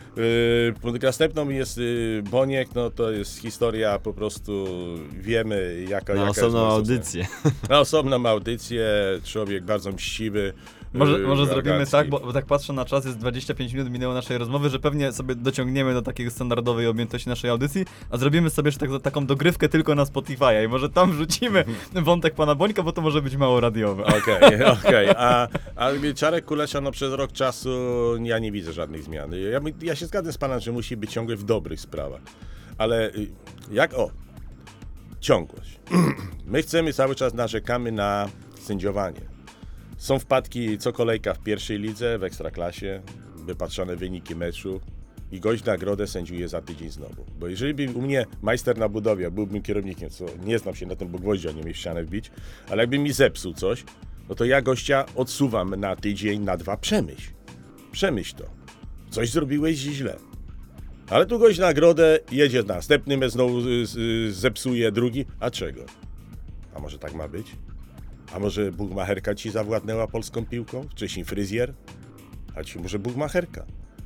Yy, następną jest yy, Boniek, no to jest historia, po prostu wiemy jaka, Na jaka osobną jest audycję. Na osobną audycję, człowiek bardzo mściwy. Może, yy, może zrobimy arogancki. tak, bo, bo tak patrzę na czas, jest dwadzieścia pięć minut minęło naszej rozmowy, że pewnie sobie dociągniemy do takiej standardowej objętości naszej audycji, a zrobimy sobie jeszcze tak, taką dogrywkę tylko na Spotify'a i może tam wrzucimy wątek pana Bońka, bo to może być mało radiowe. Okej, okej. A, a Czarek Kulesza, no przez rok czasu ja nie widzę żadnych zmian. Ja, ja się zgadzam z panem, że musi być ciągle w dobrych sprawach. Ale y, jak o, ciągłość. My chcemy cały czas, narzekamy na sędziowanie. Są wpadki co kolejka w pierwszej lidze, w Ekstraklasie, wypatrzone wyniki meczu i gość nagrodę sędziuje za tydzień znowu. Bo jeżeli by u mnie majster na budowie, byłbym kierownikiem, co nie znam się na tym, bo gwoździa nie umiem w ścianę wbić, ale jakby mi zepsuł coś, no to ja gościa odsuwam na tydzień, na dwa, przemyśl. Przemyśl to. Coś zrobiłeś źle. Ale tu gość nagrodę, jedzie następny mecz, znowu y, y, zepsuje drugi. A czego? A może tak ma być? A może bugmacherka ci zawładnęła polską piłką? Wcześniej fryzjer? A ci może bugmacherka?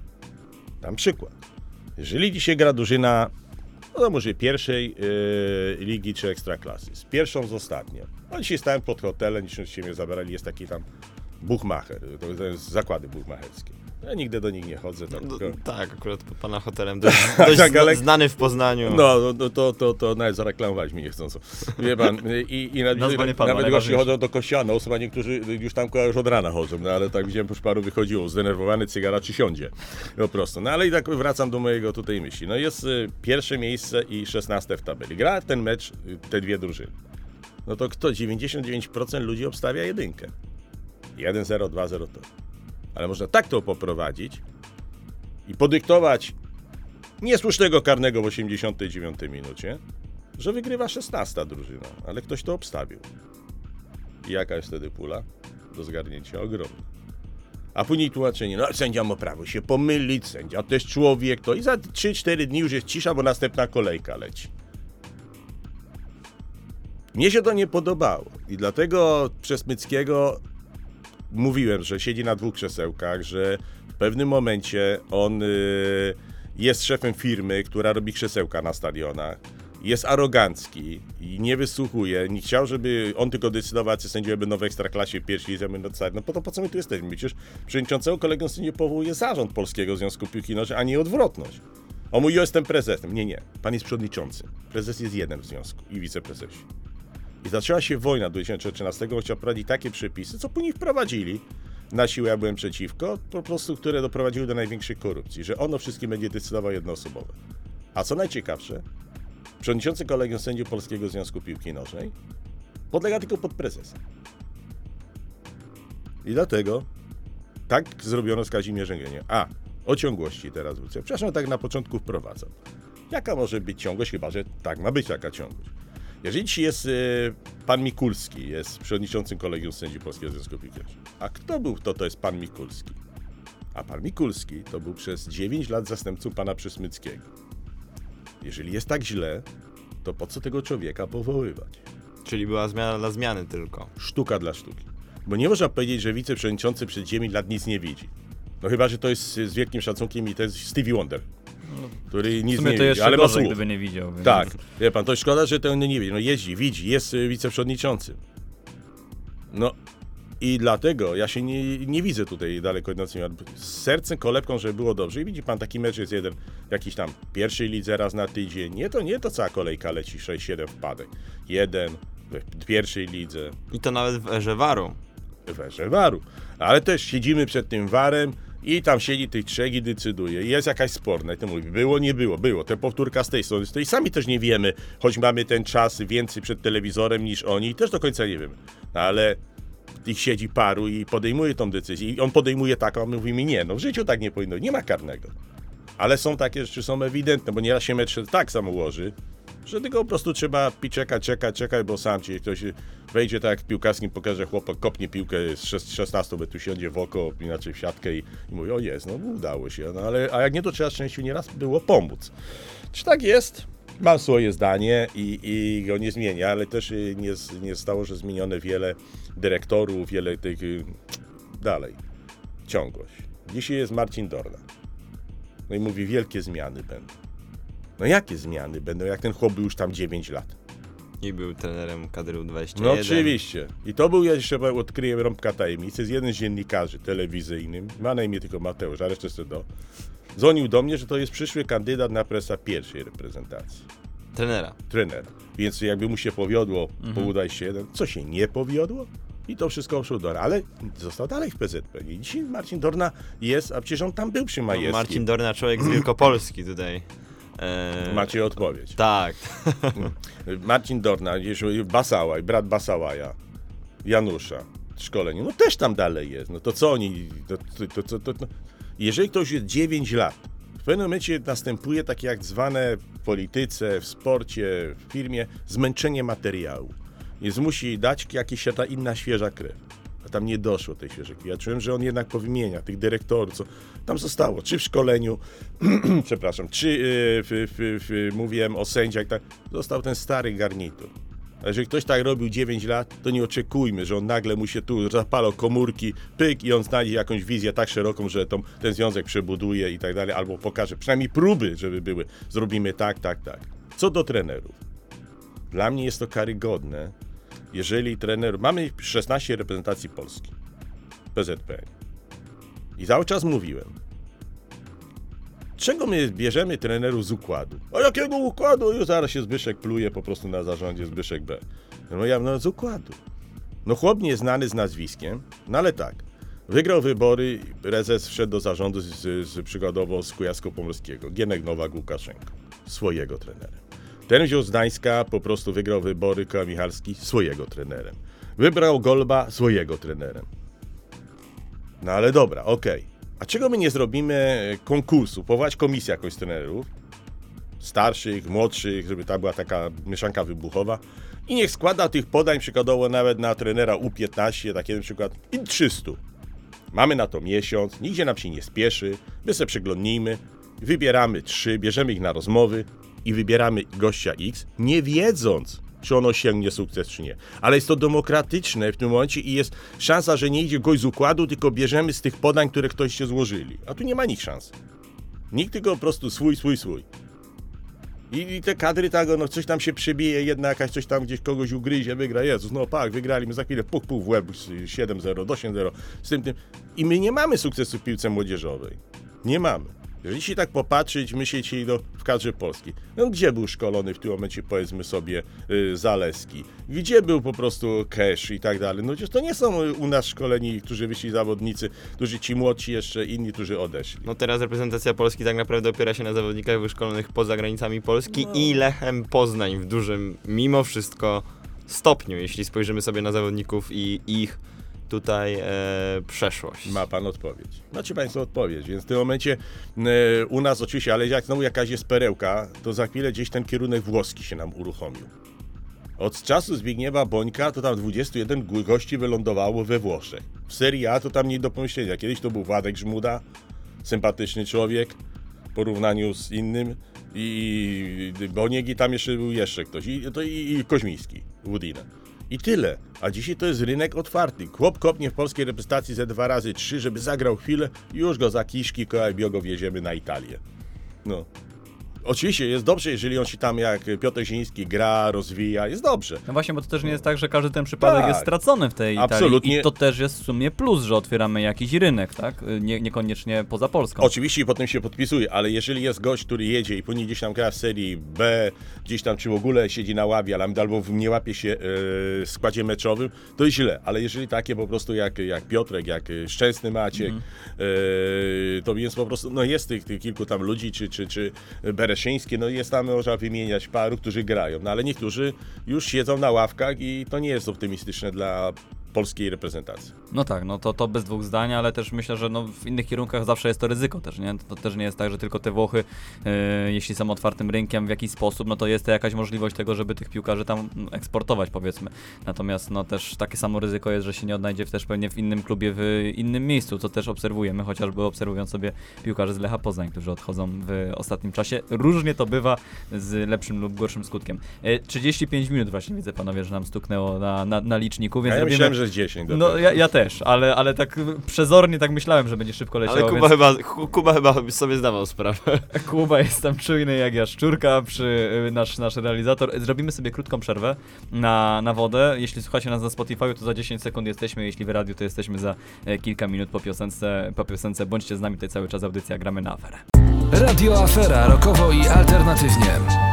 Dam przykład. Jeżeli dzisiaj gra drużyna, no może pierwszej yy, ligi czy ekstraklasy, z pierwszą z ostatnią. No dzisiaj stałem pod hotelem, niczym się mnie zabrali, jest taki tam bugmacher, to jest zakłady bugmacherskie. Ja nigdy do nich nie chodzę. Tam No, tylko... tak, akurat pod pana hotelem, dość, dość Tak, ale- zna, znany w Poznaniu. No, no to, to, to nawet zareklamować mi nie chcąco. Wie pan, i, i nawet, Nazwa nie padła, nawet gości najważniejsze. chodzą do kościoła, no chyba niektórzy już tam już od rana chodzą, no ale tak widziałem, już paru wychodziło, zdenerwowany cygara czy siądzie, po prostu. No ale i tak wracam do mojego tutaj myśli. No jest y, pierwsze miejsce i szesnaste w tabeli. Gra ten mecz, y, te dwie drużyny. No to kto? dziewięćdziesiąt dziewięć procent ludzi obstawia jedynkę. jeden zero, dwa zero to. Ale można tak to poprowadzić i podyktować niesłusznego karnego w osiemdziesiątej dziewiątej minucie, że wygrywa szesnasta drużyna, ale ktoś to obstawił. I jaka jest wtedy pula? Do zgarnięcia ogromna. A później tłumaczenie, no sędzia ma prawo się pomylić, sędzia to jest człowiek, to i za trzy cztery dni już jest cisza, bo następna kolejka leci. Mnie się to nie podobało i dlatego przez Myckiego mówiłem, że siedzi na dwóch krzesełkach, że w pewnym momencie on y, jest szefem firmy, która robi krzesełka na stadionach, jest arogancki i nie wysłuchuje, nie chciał, żeby on tylko decydował, czy sędziowie będą w Ekstraklasie w pierwszej lidze będą no po to po co my tu jesteśmy? Przecież przewodniczącego kolegą sędziów powołuje zarząd Polskiego Związku Piłki Nożnej, a nie odwrotność. On mówi, ja jestem prezesem. Nie, nie, pan jest przewodniczący. Prezes jest jeden w związku i wiceprezesi. I zaczęła się wojna do dwa tysiące trzynastego, chciał wprowadzić takie przepisy, co później wprowadzili. Na siłę ja byłem przeciwko, po prostu, które doprowadziły do największej korupcji, że ono wszystkim będzie decydował jednoosobowe. A co najciekawsze, przewodniczący kolegium sędziów Polskiego Związku Piłki Nożnej podlega tylko pod prezesa. I dlatego tak zrobiono z Kazimierzem Geniem. A, o ciągłości teraz wrócę. Przepraszam, tak na początku wprowadzam. Jaka może być ciągłość, chyba że tak ma być taka ciągłość. Jeżeli dzisiaj jest y, pan Mikulski, jest przewodniczącym kolegium sędziów Polskiego Związku Piłki Nożnej. A kto był to, to jest pan Mikulski? A pan Mikulski to był przez dziewięć lat zastępcą pana Przysmyckiego. Jeżeli jest tak źle, to po co tego człowieka powoływać? Czyli była zmiana dla zmiany tylko. Sztuka dla sztuki. Bo nie można powiedzieć, że wiceprzewodniczący przez dziewięć lat nic nie widzi. No chyba, że to jest z wielkim szacunkiem i to jest Stevie Wonder, który W nic sumie nie to widzi, jeszcze ale ma gorzej, słuch. gdyby nie widział. Więc... Tak, wie pan, to szkoda, że to nie widzi. No jeździ, widzi, jest y, wiceprzewodniczącym. No i dlatego ja się nie, nie widzę tutaj daleko idącym. Z sercem, kolebką, żeby było dobrze. I widzi pan, taki mecz jest jeden w jakiejś tam pierwszej lidze raz na tydzień. Nie to, nie to cała kolejka leci sześć siedem wpadek. Jeden w pierwszej lidze. I to nawet w erze waru. W erze waru. Ale też siedzimy przed tym warem I tam siedzi tych trzech i decyduje. I jest jakaś sporna. I to mówi, było, nie było, było. To powtórka z tej strony. I sami też nie wiemy, choć mamy ten czas więcej przed telewizorem niż oni. I też do końca nie wiemy. No, ale ich siedzi paru i podejmuje tą decyzję. I on podejmuje taką, a my mówimy, nie, no w życiu tak nie powinno. Nie ma karnego. Ale są takie rzeczy, są ewidentne, bo nieraz się mecz tak samo ułoży, że tylko po prostu trzeba czekać, czekać, czekać, bo sam ci ktoś wejdzie tak jak w piłkarskim pokerze, chłopak kopnie piłkę z szesnastu metrów, siądzie w oko, inaczej w siatkę i, i mówi, o jest, no udało się, no ale a jak nie, to trzeba szczęściu nieraz było pomóc. Czy tak jest? Mam swoje zdanie i, i go nie zmienia, ale też nie, nie stało, że zmienione wiele dyrektorów, wiele tych... Dalej. Ciągłość. Dzisiaj jest Marcin Dorna. No i mówi, wielkie zmiany będą. No jakie zmiany będą, jak ten chłop był już tam dziewięć lat? I był trenerem kadry U dwadzieścia No jeden. oczywiście. I to był, jeszcze odkryję rąbka tajemnicy, jest jeden z dziennikarzy telewizyjnym, ma na imię tylko Mateusz, a resztę sobie do... Dzwonił do mnie, że to jest przyszły kandydat na presa pierwszej reprezentacji. Trenera. Trener. Więc jakby mu się powiodło, mhm. po U dwadzieścia jeden, co się nie powiodło? I to wszystko poszło do... Ale został dalej w P Z P. I dzisiaj Marcin Dorna jest, a przecież on tam był przy Majewskim. No, Marcin Dorna, człowiek z Wielkopolski tutaj. Eee... Macie odpowiedź. Tak. Marcin Dorna, Basałaj, brat Basałaja, Janusza, szkolenie, no też tam dalej jest. No to co oni... To, to, to, to, to. Jeżeli ktoś jest dziewięć lat, w pewnym momencie następuje takie jak zwane w polityce, w sporcie, w firmie zmęczenie materiału. Więc musi dać jakieś ta inna świeża krew. A tam nie doszło tej świeżej krwi. Ja czułem, że on jednak powymienia tych dyrektorów, co tam zostało, czy w szkoleniu, przepraszam, czy yy, w, w, w, mówiłem o sędziach, tak, został ten stary garnitur. A jeżeli ktoś tak robił dziewięć lat, to nie oczekujmy, że on nagle mu się tu zapalał komórki, pyk i on znajdzie jakąś wizję tak szeroką, że tą, ten związek przebuduje i tak dalej, albo pokaże, przynajmniej próby, żeby były, zrobimy tak, tak, tak. Co do trenerów. Dla mnie jest to karygodne, jeżeli trener... Mamy szesnaście reprezentacji Polski, P Z P. I cały czas mówiłem, czego my bierzemy trenerów z układu? A jakiego układu? Już zaraz się Zbyszek pluje po prostu na zarządzie, Zbyszek B. No ja no z układu. No chłop nie znany z nazwiskiem, no ale tak. Wygrał wybory, prezes wszedł do zarządu z, z, z przykładowo z Kujawsko-Pomorskiego. Gienek Nowak, Łukaszenko. Swojego trenera. Ten wziął z Gdańska, po prostu wygrał wybory, Koła Michalski, swojego trenerem. Wybrał Golba, swojego trenerem. No ale dobra, okej. Okay. A czego my nie zrobimy konkursu, powołać komisję jakoś z trenerów, starszych, młodszych, żeby ta była taka mieszanka wybuchowa i niech składa tych podań przykładowo nawet na trenera U piętnaście, taki na przykład i trzysta. Mamy na to miesiąc, nigdzie nam się nie spieszy, my sobie przeglądnijmy, wybieramy trzy, bierzemy ich na rozmowy i wybieramy gościa X, nie wiedząc, czy on osiągnie sukces, czy nie. Ale jest to demokratyczne w tym momencie i jest szansa, że nie idzie gość z układu, tylko bierzemy z tych podań, które ktoście złożyli. A tu nie ma nikt szans. Nikt tylko po prostu swój, swój, swój. I, i te kadry, tak, no coś tam się przebije, jedna jakaś coś tam gdzieś kogoś ugryzie, wygra. Jezus, no tak, wygrali, my za chwilę puk, puk w łeb, siedem zero, osiem zero, z tym, tym. I my nie mamy sukcesu w piłce młodzieżowej. Nie mamy. Jeżeli się tak popatrzeć, myśleć no, w kadrze polskiej, no gdzie był szkolony w tym momencie, powiedzmy sobie, yy, Zaleski? Gdzie był po prostu Cash i tak dalej? No przecież to nie są u nas szkoleni, którzy wyszli zawodnicy, którzy ci młodsi jeszcze, inni, którzy odeszli. No teraz reprezentacja Polski tak naprawdę opiera się na zawodnikach wyszkolonych poza granicami Polski no. i Lechem Poznań w dużym, mimo wszystko, stopniu, jeśli spojrzymy sobie na zawodników i ich tutaj e, przeszłość. Ma pan odpowiedź. Macie państwo odpowiedź, więc w tym momencie e, u nas oczywiście, ale jak znowu jakaś jest perełka, to za chwilę gdzieś ten kierunek włoski się nam uruchomił. Od czasu Zbigniewa Bońka to tam dwudziestu jeden gości wylądowało we Włoszech. W Serie A to tam nie do pomyślenia. Kiedyś to był Władek Żmuda, sympatyczny człowiek w porównaniu z innym i Boniek i tam jeszcze był jeszcze ktoś i, to, i, i Koźmiński, Wudina. I tyle. A dzisiaj to jest rynek otwarty. Chłop kopnie w polskiej reprezentacji ze dwa razy trzy, żeby zagrał chwilę i już go za kiszki, koła i biogo wieziemy na Italię. No. Oczywiście jest dobrze, jeżeli on się tam jak Piotr Zieliński gra, rozwija, jest dobrze. No właśnie, bo to też nie jest tak, że każdy ten przypadek Tak. jest stracony w tej Absolutnie. Italii i to też jest w sumie plus, że otwieramy jakiś rynek, tak? Nie, niekoniecznie poza Polską. Oczywiście i potem się podpisuje, ale jeżeli jest gość, który jedzie i później gdzieś tam gra w serii B, gdzieś tam czy w ogóle siedzi na ławie, ale albo nie łapie się e, w składzie meczowym, to jest źle, ale jeżeli takie po prostu jak, jak Piotrek, jak Szczęsny Maciek, mm. e, to więc po prostu, no jest tych, tych kilku tam ludzi, czy, czy, czy Bereszyński, no jest tam, można wymieniać paru, którzy grają, no ale niektórzy już siedzą na ławkach i to nie jest optymistyczne dla polskiej reprezentacji. No tak, no to, to bez dwóch zdań, ale też myślę, że no w innych kierunkach zawsze jest to ryzyko też, nie? To, to też nie jest tak, że tylko te Włochy, e, jeśli są otwartym rynkiem w jakiś sposób, no to jest to jakaś możliwość tego, żeby tych piłkarzy tam eksportować, powiedzmy. Natomiast no też takie samo ryzyko jest, że się nie odnajdzie w, też pewnie w innym klubie, w innym miejscu, co też obserwujemy, chociażby obserwując sobie piłkarzy z Lecha Poznań, którzy odchodzą w ostatnim czasie. Różnie to bywa z lepszym lub gorszym skutkiem. E, trzydzieści pięć minut właśnie widzę, panowie, że nam stuknęło na, na, na liczniku, więc A ja robimy... myślałem, że jest dziesięć. No ja, ja też, ale, ale tak przezornie tak myślałem, że będzie szybko leciało, Ale Kuba, więc chyba, Kuba chyba sobie zdawał sprawę. Kuba jest tam czujny jak jaszczurka, przy y, nasz, nasz realizator. Zrobimy sobie krótką przerwę na, na wodę. Jeśli słuchacie nas na Spotify, to za dziesięć sekund jesteśmy, jeśli w radiu, to jesteśmy za e, kilka minut po piosence, po piosence. Bądźcie z nami, tutaj cały czas audycja Gramy na Aferę. Radio Afera, rockowo i alternatywnie.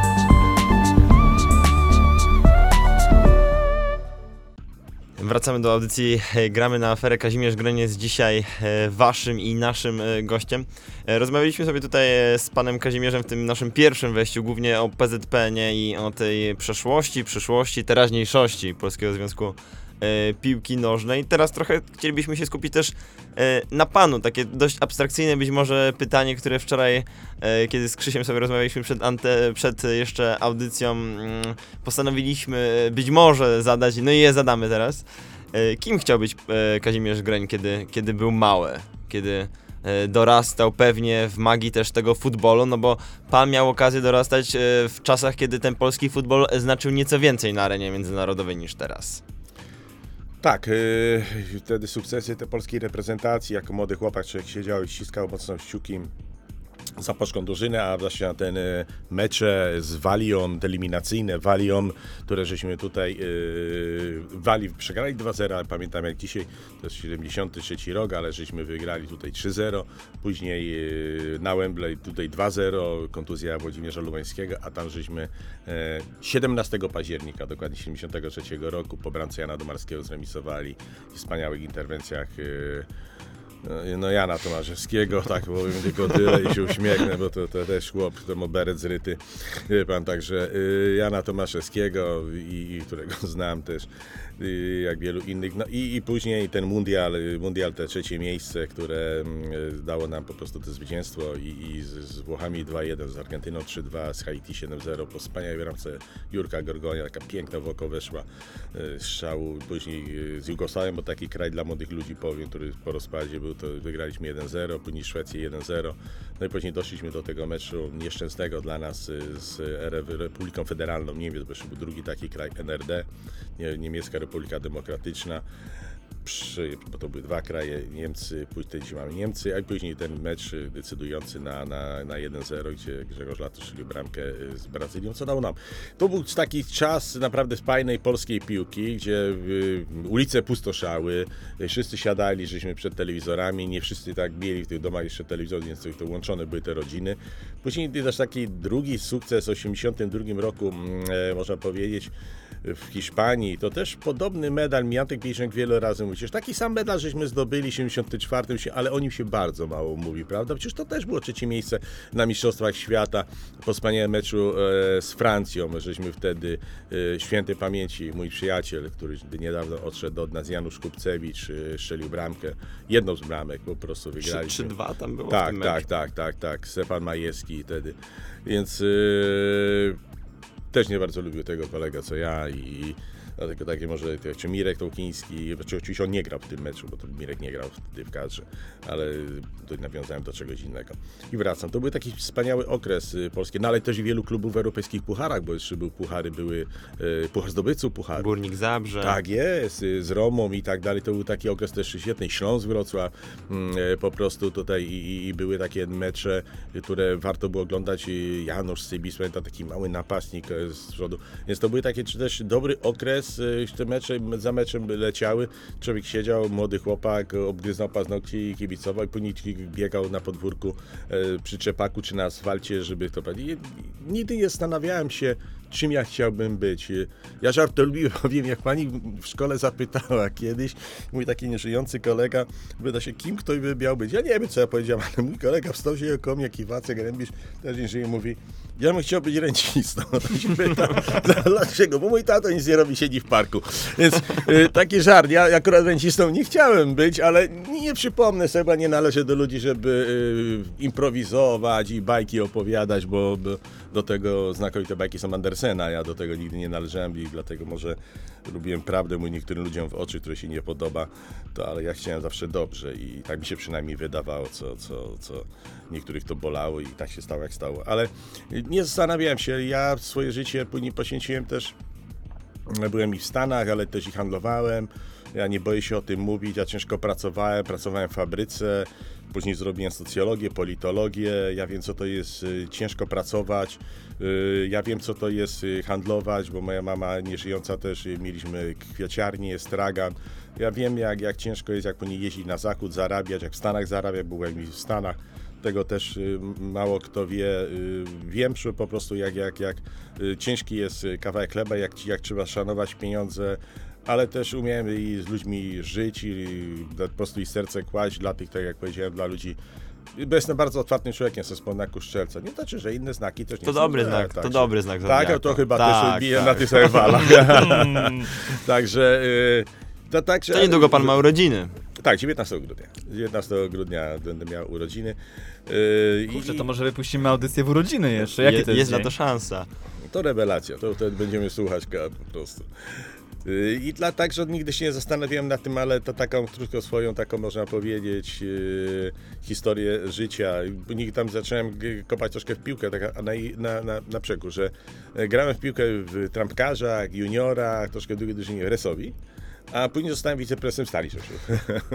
Wracamy do audycji e, Gramy na Aferę. Kazimierz Greń jest dzisiaj e, waszym i naszym e, gościem. E, rozmawialiśmy sobie tutaj e, z panem Kazimierzem w tym naszym pierwszym wejściu głównie o P Z P N-ie i o tej przeszłości, przyszłości, teraźniejszości Polskiego Związku e, Piłki Nożnej. Teraz trochę chcielibyśmy się skupić też e, na panu. Takie dość abstrakcyjne być może pytanie, które wczoraj, e, kiedy z Krzysiem sobie rozmawialiśmy przed, ante, przed jeszcze audycją, mm, postanowiliśmy być może zadać, no i je zadamy teraz. E, kim chciał być e, Kazimierz Greń, kiedy, kiedy był mały? Kiedy e, dorastał pewnie w magii też tego futbolu, no bo pan miał okazję dorastać e, w czasach, kiedy ten polski futbol znaczył nieco więcej na arenie międzynarodowej niż teraz. Tak, yy, wtedy sukcesy tej polskiej reprezentacji, jako młody chłopak, człowiek siedział i ściskał mocno kciuki za polską drużynę, a właśnie na ten y, mecze z Walią, te eliminacyjne Walią, które żeśmy tutaj yy, Walii przegrali dwa zero, ale pamiętam jak dzisiaj, to jest siedemdziesiąty trzeci rok, ale żeśmy wygrali tutaj trzy zero, później yy, na Wembley tutaj dwa zero, kontuzja Włodzimierza Lubańskiego, a tam żeśmy yy, siedemnastego października, dokładnie siedemdziesiątego trzeciego roku, po bramce Jana Domarskiego zremisowali w wspaniałych interwencjach yy, no Jana Tomaszewskiego, tak powiem tylko tyle i się uśmiechnę, bo to, to też chłop, to ma beret zryty, wie pan, także y, Jana Tomaszewskiego, i, i którego znam też, y, jak wielu innych, no i, i później ten mundial, mundial, te trzecie miejsce, które y, dało nam po prostu to zwycięstwo i, i z, z Włochami dwa jeden, z Argentyną trzy dwa, z Haiti siedem zero, po wspaniałej bramce Jurka Gorgonia, taka piękna w oko weszła y, z strzału, później y, z Jugosławią, bo taki kraj dla młodych ludzi powiem, który po rozpadzie był, to wygraliśmy jeden zero, później Szwecję jeden zero, no i później doszliśmy do tego meczu nieszczęsnego dla nas z Republiką Federalną Niemiec, bo jeszcze był drugi taki kraj, N R D, Niemiecka Republika Demokratyczna, przy, bo to były dwa kraje, Niemcy, później mamy Niemcy, a później ten mecz decydujący na, na, na jeden zero, gdzie Grzegorz Lato strzelił bramkę z Brazylią, co dał nam. To był taki czas naprawdę fajnej polskiej piłki, gdzie y, ulice pustoszały, wszyscy siadali, żeśmy przed telewizorami, nie wszyscy tak mieli w tych domach jeszcze telewizor, więc to łączone były te rodziny. Później też taki drugi sukces w osiemdziesiątym drugim roku, e, można powiedzieć, w Hiszpanii, to też podobny medal, Miatek Pięćdziesiąt wiele razy mówisz, taki sam medal żeśmy zdobyli w siedemdziesiątym czwartym, ale o nim się bardzo mało mówi, prawda? Przecież to też było trzecie miejsce na Mistrzostwach Świata po wspaniałym meczu e, z Francją, żeśmy wtedy e, świętej pamięci, mój przyjaciel, który niedawno odszedł od nas, Janusz Kupcewicz, e, strzelił bramkę, jedną z bramek, po prostu wygraliśmy. trzy dwa tam było tak, w tym meczu. Tak, tak, tak, tak, Stefan Majewski wtedy, więc... E, Też nie bardzo lubił tego kolega co ja i Dlatego takie może, czy Mirek Tołkiński, znaczy oczywiście on nie grał w tym meczu, bo to Mirek nie grał wtedy w kadrze, ale tu nawiązałem do czegoś innego. I wracam. To był taki wspaniały okres y, polski, no ale też wielu klubów w europejskich pucharach, bo jeszcze był puchary, były y, puchar zdobywców pucharu. Górnik Zabrze. Tak jest, y, z Romą i tak dalej. To był taki okres też świetny. Śląsk Wrocław y, po prostu tutaj i, i były takie mecze, które warto było oglądać. Y, Janusz Sybis, pamiętam, taki mały napastnik y, z przodu. Więc to były takie czy też dobry okres. Y, te mecze za meczem leciały. Człowiek siedział, młody chłopak, obgryznął paznokci i kibicował i później biegał na podwórku y, przy trzepaku czy na asfalcie, żeby to... I, nigdy nie zastanawiałem się, czym ja chciałbym być. Ja żartobliwie powiem, jak pani w szkole zapytała kiedyś, mój taki nieżyjący kolega, pyta się, kim ktoś by miał być. Ja nie wiem, co ja powiedziałem, ale mój kolega wstał się koło mnie, Kiwacek, Rębisz, też nie żyje, mówi, ja bym chciał być rencistą. To się pytam, dlaczego? Bo mój tato nic nie robi, siedzi w parku. Więc y, taki żart. Ja akurat rencistą nie chciałem być, ale nie przypomnę sobie, bo nie należę do ludzi, żeby y, improwizować i bajki opowiadać, bo, bo do tego znakomite bajki są Andersena. Ja do tego nigdy nie należałem i dlatego może lubiłem prawdę mówić niektórym ludziom w oczy, które się nie podoba, to, ale ja chciałem zawsze dobrze i tak mi się przynajmniej wydawało, co, co, co niektórych to bolało i tak się stało, jak stało. Ale nie zastanawiałem się, ja swoje życie później poświęciłem też, byłem i w Stanach, ale też i handlowałem, ja nie boję się o tym mówić, ja ciężko pracowałem, pracowałem w fabryce, później zrobiłem socjologię, politologię, ja wiem, co to jest ciężko pracować, ja wiem, co to jest handlować, bo moja mama nieżyjąca też, mieliśmy kwiaciarnię, stragan, ja wiem, jak, jak ciężko jest, jak później jeździć na zachód, zarabiać, jak w Stanach zarabiać, byłem w Stanach. Tego też mało kto wie. Wiem że po prostu, jak, jak, jak ciężki jest kawałek chleba, jak, jak trzeba szanować pieniądze, ale też umiałem i z ludźmi żyć i po prostu i serce kłaść dla tych, tak jak powiedziałem, dla ludzi. Bo jestem bardzo otwartym człowiekiem, jestem z Poznaku Szczelca. Nie znaczy, że inne znaki też nie to są. Dobry złe, znak, tak, to dobry znak Tak, zodiaku. a to chyba tak, też bije tak. na tych samych walach. Także... To, tak, że, To niedługo pan ma urodziny. Tak, dziewiętnastego grudnia. dziewiętnastego grudnia będę miał urodziny. Yy, Kurczę, i, to może wypuścimy audycję w urodziny jeszcze. Jaki Je, to jest jest na dzień? to szansa. To rewelacja, to wtedy będziemy słuchać go po prostu. Yy, I dla tak, że nigdy się nie zastanawiałem nad tym, ale to taką krótko swoją, taką można powiedzieć, yy, historię życia. Nigdy tam zacząłem g- kopać troszkę w piłkę, tak, a na, na, na, na przekór, że grałem w piłkę w trampkarzach, juniorach, troszkę w drugiej drużynie Resowi. A później zostałem wiceprezesem Stali Rzeszów.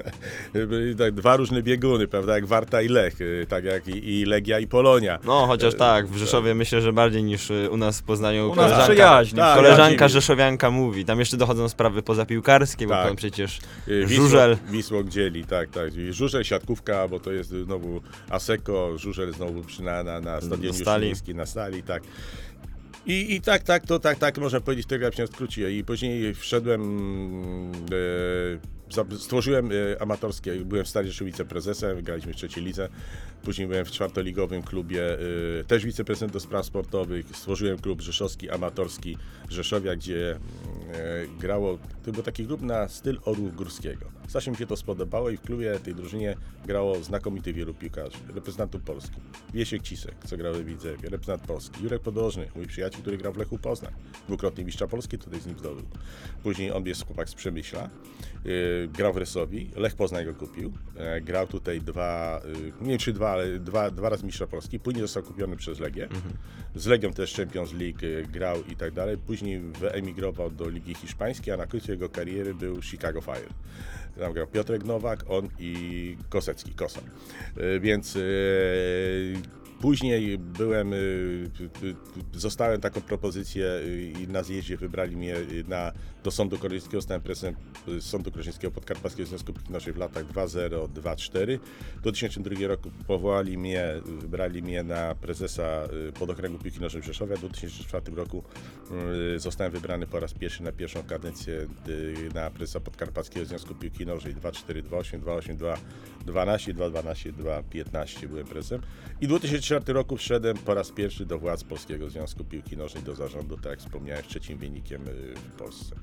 Tak, dwa różne bieguny, prawda, jak Warta i Lech, tak jak i, i Legia i Polonia. No, chociaż tak, w Rzeszowie myślę, że bardziej niż y, u nas w Poznaniu. U nas koleżanka, przyjaźń. Tak, koleżanka ja rzeszowianka mówi. Tam jeszcze dochodzą sprawy pozapiłkarskie, bo Tak. tam przecież Wisło, żużel. Wisło dzieli, tak, tak. I żużel, siatkówka, bo to jest znowu Aseko, żużel znowu przy, na, na, na stadionie Stali. Juszczyńskim, na Stali, tak. I, I tak, tak, to tak, tak, można powiedzieć, tego jak się skróci. I później wszedłem, e, za, stworzyłem e, amatorskie, byłem w Stali Rzeszów wiceprezesem, graliśmy w trzeciej lidze. Później byłem w czwartoligowym klubie, e, też wiceprezesem do spraw sportowych. Stworzyłem klub rzeszowski, amatorski Rzeszowia, gdzie e, grało, to był taki klub na styl Orłów Górskiego. Strasznie mi się to spodobało i w klubie tej drużynie grało znakomitych wielu piłkarzy, reprezentantów Polski. Wiesiek Cisek, co grał w Widzewie, reprezentant Polski. Jurek Podolżny, mój przyjaciel, który grał w Lechu Poznań. Dwukrotnie mistrza Polski, tutaj z nim zdobył. Później on jest chłopak z Przemyśla, yy, grał w Resowi, Lech Poznań go kupił. Yy, grał tutaj dwa, yy, nie wiem czy dwa, ale dwa, dwa razy mistrza Polski. Później został kupiony przez Legię. Mhm. Z Legią też Champions League yy, grał i tak dalej. Później wyemigrował do Ligi Hiszpańskiej, a na końcu jego kariery był Chicago Fire. Tam grał Piotrek Nowak, on i Kosecki, Kosa. Yy, więc yy, później byłem, yy, yy, zostałem taką propozycję yy, i na zjeździe wybrali mnie na, do Sądu Krośnieńskiego, zostałem prezesem Sądu Krośnieńskiego Podkarpackiego Związku Piłki Nożnej w latach dwa zero dwa cztery. W dwa tysiące drugim roku powołali mnie, wybrali mnie na prezesa yy, Podokręgu Piłki Nożnej w Rzeszowie. W dwa tysiące czwartym roku yy, zostałem wybrany po raz pierwszy na pierwszą kadencję yy, na prezesa Podkarpackiego Związku Piłki Nożnej dwa cztery dwa osiem, dwa osiem dwa dwanaście, dwa dwanaście, dwa piętnaście byłem prezesem. I w dwa tysiące czwartym roku wszedłem po raz pierwszy do władz Polskiego Związku Piłki Nożnej, do zarządu, tak jak wspomniałem, z trzecim wynikiem w Polsce.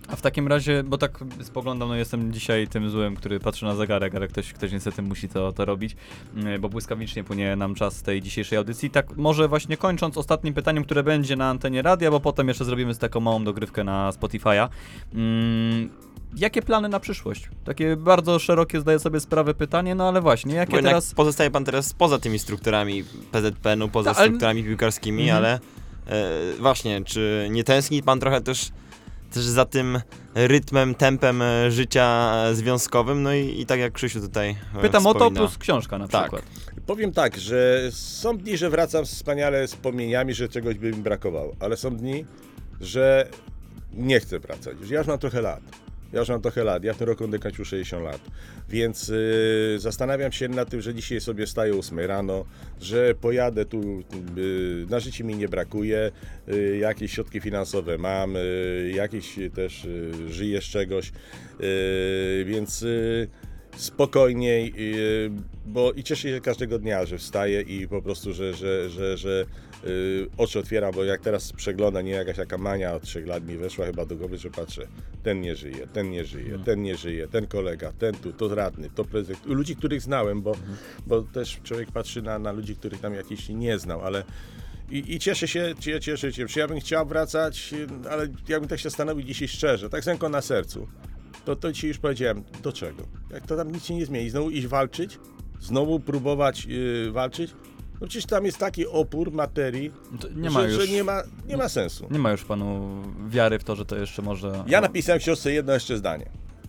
A w takim razie, bo tak spoglądam, no jestem dzisiaj tym złym, który patrzy na zegarek, ale ktoś, ktoś niestety musi to, to robić, bo błyskawicznie płynie nam czas tej dzisiejszej audycji. Tak może właśnie kończąc ostatnim pytaniem, które będzie na antenie radia, bo potem jeszcze zrobimy z taką małą dogrywkę na Spotify'a. Hmm, jakie plany na przyszłość? Takie bardzo szerokie, zdaję sobie sprawę pytanie, no ale właśnie, jakie Bo jednak teraz... pozostaje pan teraz poza tymi strukturami P Z P N u, poza Ta, ale- strukturami piłkarskimi, Mhm. ale e, właśnie, czy nie tęskni pan trochę też, też za tym rytmem, tempem e, życia e, związkowym? No i, i tak jak Krzysiu tutaj e, Pytam o to wspomina. plus książka na Tak. przykład. Powiem tak, że są dni, że wracam wspaniale z wspomnieniami, że czegoś by mi brakowało, ale są dni, że nie chcę wracać. Ja już mam trochę lat. Ja już mam trochę lat. Ja w tym roku będę kończył sześćdziesiąt lat. Więc yy, zastanawiam się nad tym, że dzisiaj sobie wstaję o ósmej rano, że pojadę tu, yy, na życie mi nie brakuje, yy, jakieś środki finansowe mam, yy, jakieś też yy, żyję z czegoś, yy, więc yy, spokojniej, yy, bo i cieszę się każdego dnia, że wstaję i po prostu, że, że, że, że yy, oczy otwieram, bo jak teraz przeglądam, nie jakaś taka mania od trzech lat mi weszła chyba do głowy, że patrzę, ten nie żyje, ten nie żyje, ten nie żyje, ten kolega, ten tu, to radny, to prezydent, ludzi, których znałem, bo, bo też człowiek patrzy na, na ludzi, których tam jakiś nie znał, ale i, i cieszę się, cie- cieszę się, czy ja bym chciał wracać, ale jakbym tak się zastanowił dzisiaj szczerze, tak z ręką na sercu, to, to dzisiaj już powiedziałem, do czego? Jak to tam nic się nie zmieni, znowu iść walczyć, znowu próbować yy, walczyć, no przecież tam jest taki opór materii, To nie ma że, już... że nie ma, nie ma sensu. Nie ma już panu wiary w to, że to jeszcze może... Ja napisałem w książce jedno jeszcze zdanie.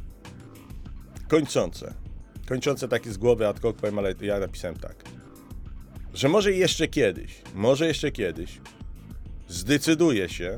Kończące. Kończące takie z głowy ad hoc powiem, ale ja napisałem tak. Że może jeszcze kiedyś, może jeszcze kiedyś zdecyduje się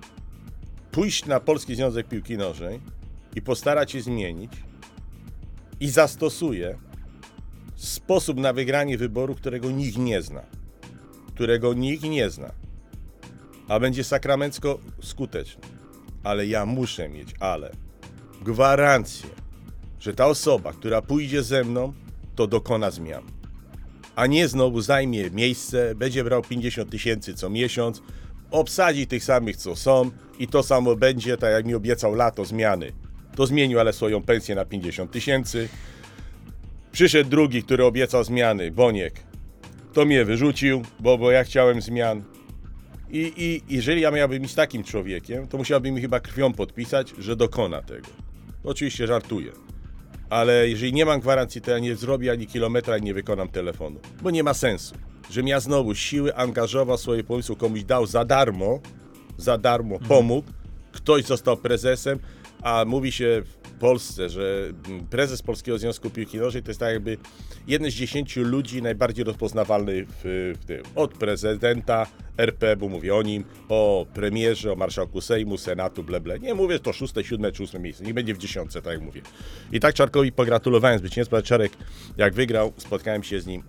pójść na Polski Związek Piłki Nożnej i postarać się zmienić i zastosuje sposób na wygranie wyboru, którego nikt nie zna. Którego nikt nie zna. A będzie sakramencko skuteczny. Ale ja muszę mieć, ale gwarancję, że ta osoba, która pójdzie ze mną, to dokona zmian. A nie znowu zajmie miejsce, będzie brał pięćdziesiąt tysięcy co miesiąc, obsadzi tych samych, co są i to samo będzie, tak jak mi obiecał lato zmiany. To zmienił ale swoją pensję na pięćdziesiąt tysięcy. Przyszedł drugi, który obiecał zmiany, Boniek. To mnie wyrzucił, bo, bo ja chciałem zmian. I, I jeżeli ja miałbym iść z takim człowiekiem, to musiałbym mi chyba krwią podpisać, że dokona tego. Oczywiście żartuję. Ale jeżeli nie mam gwarancji, to ja nie zrobię ani kilometra i nie wykonam telefonu. Bo nie ma sensu. Żebym ja znowu siły angażował swoje pomysły, komuś dał za darmo, za darmo pomógł, ktoś został prezesem, a mówi się w Polsce, że prezes Polskiego Związku Piłki Nożnej to jest tak jakby jeden z dziesięciu ludzi najbardziej rozpoznawalny w, w tym. Od prezydenta R P, bo mówię o nim, o premierze, o marszałku Sejmu, Senatu, ble, ble. Nie mówię, że to szóste, siódme czy ósme miejsce, nie będzie w dziesiątce, tak jak mówię. I tak Czarkowi pogratulowałem zwycięstwa. Czarek, jak wygrał, spotkałem się z nim,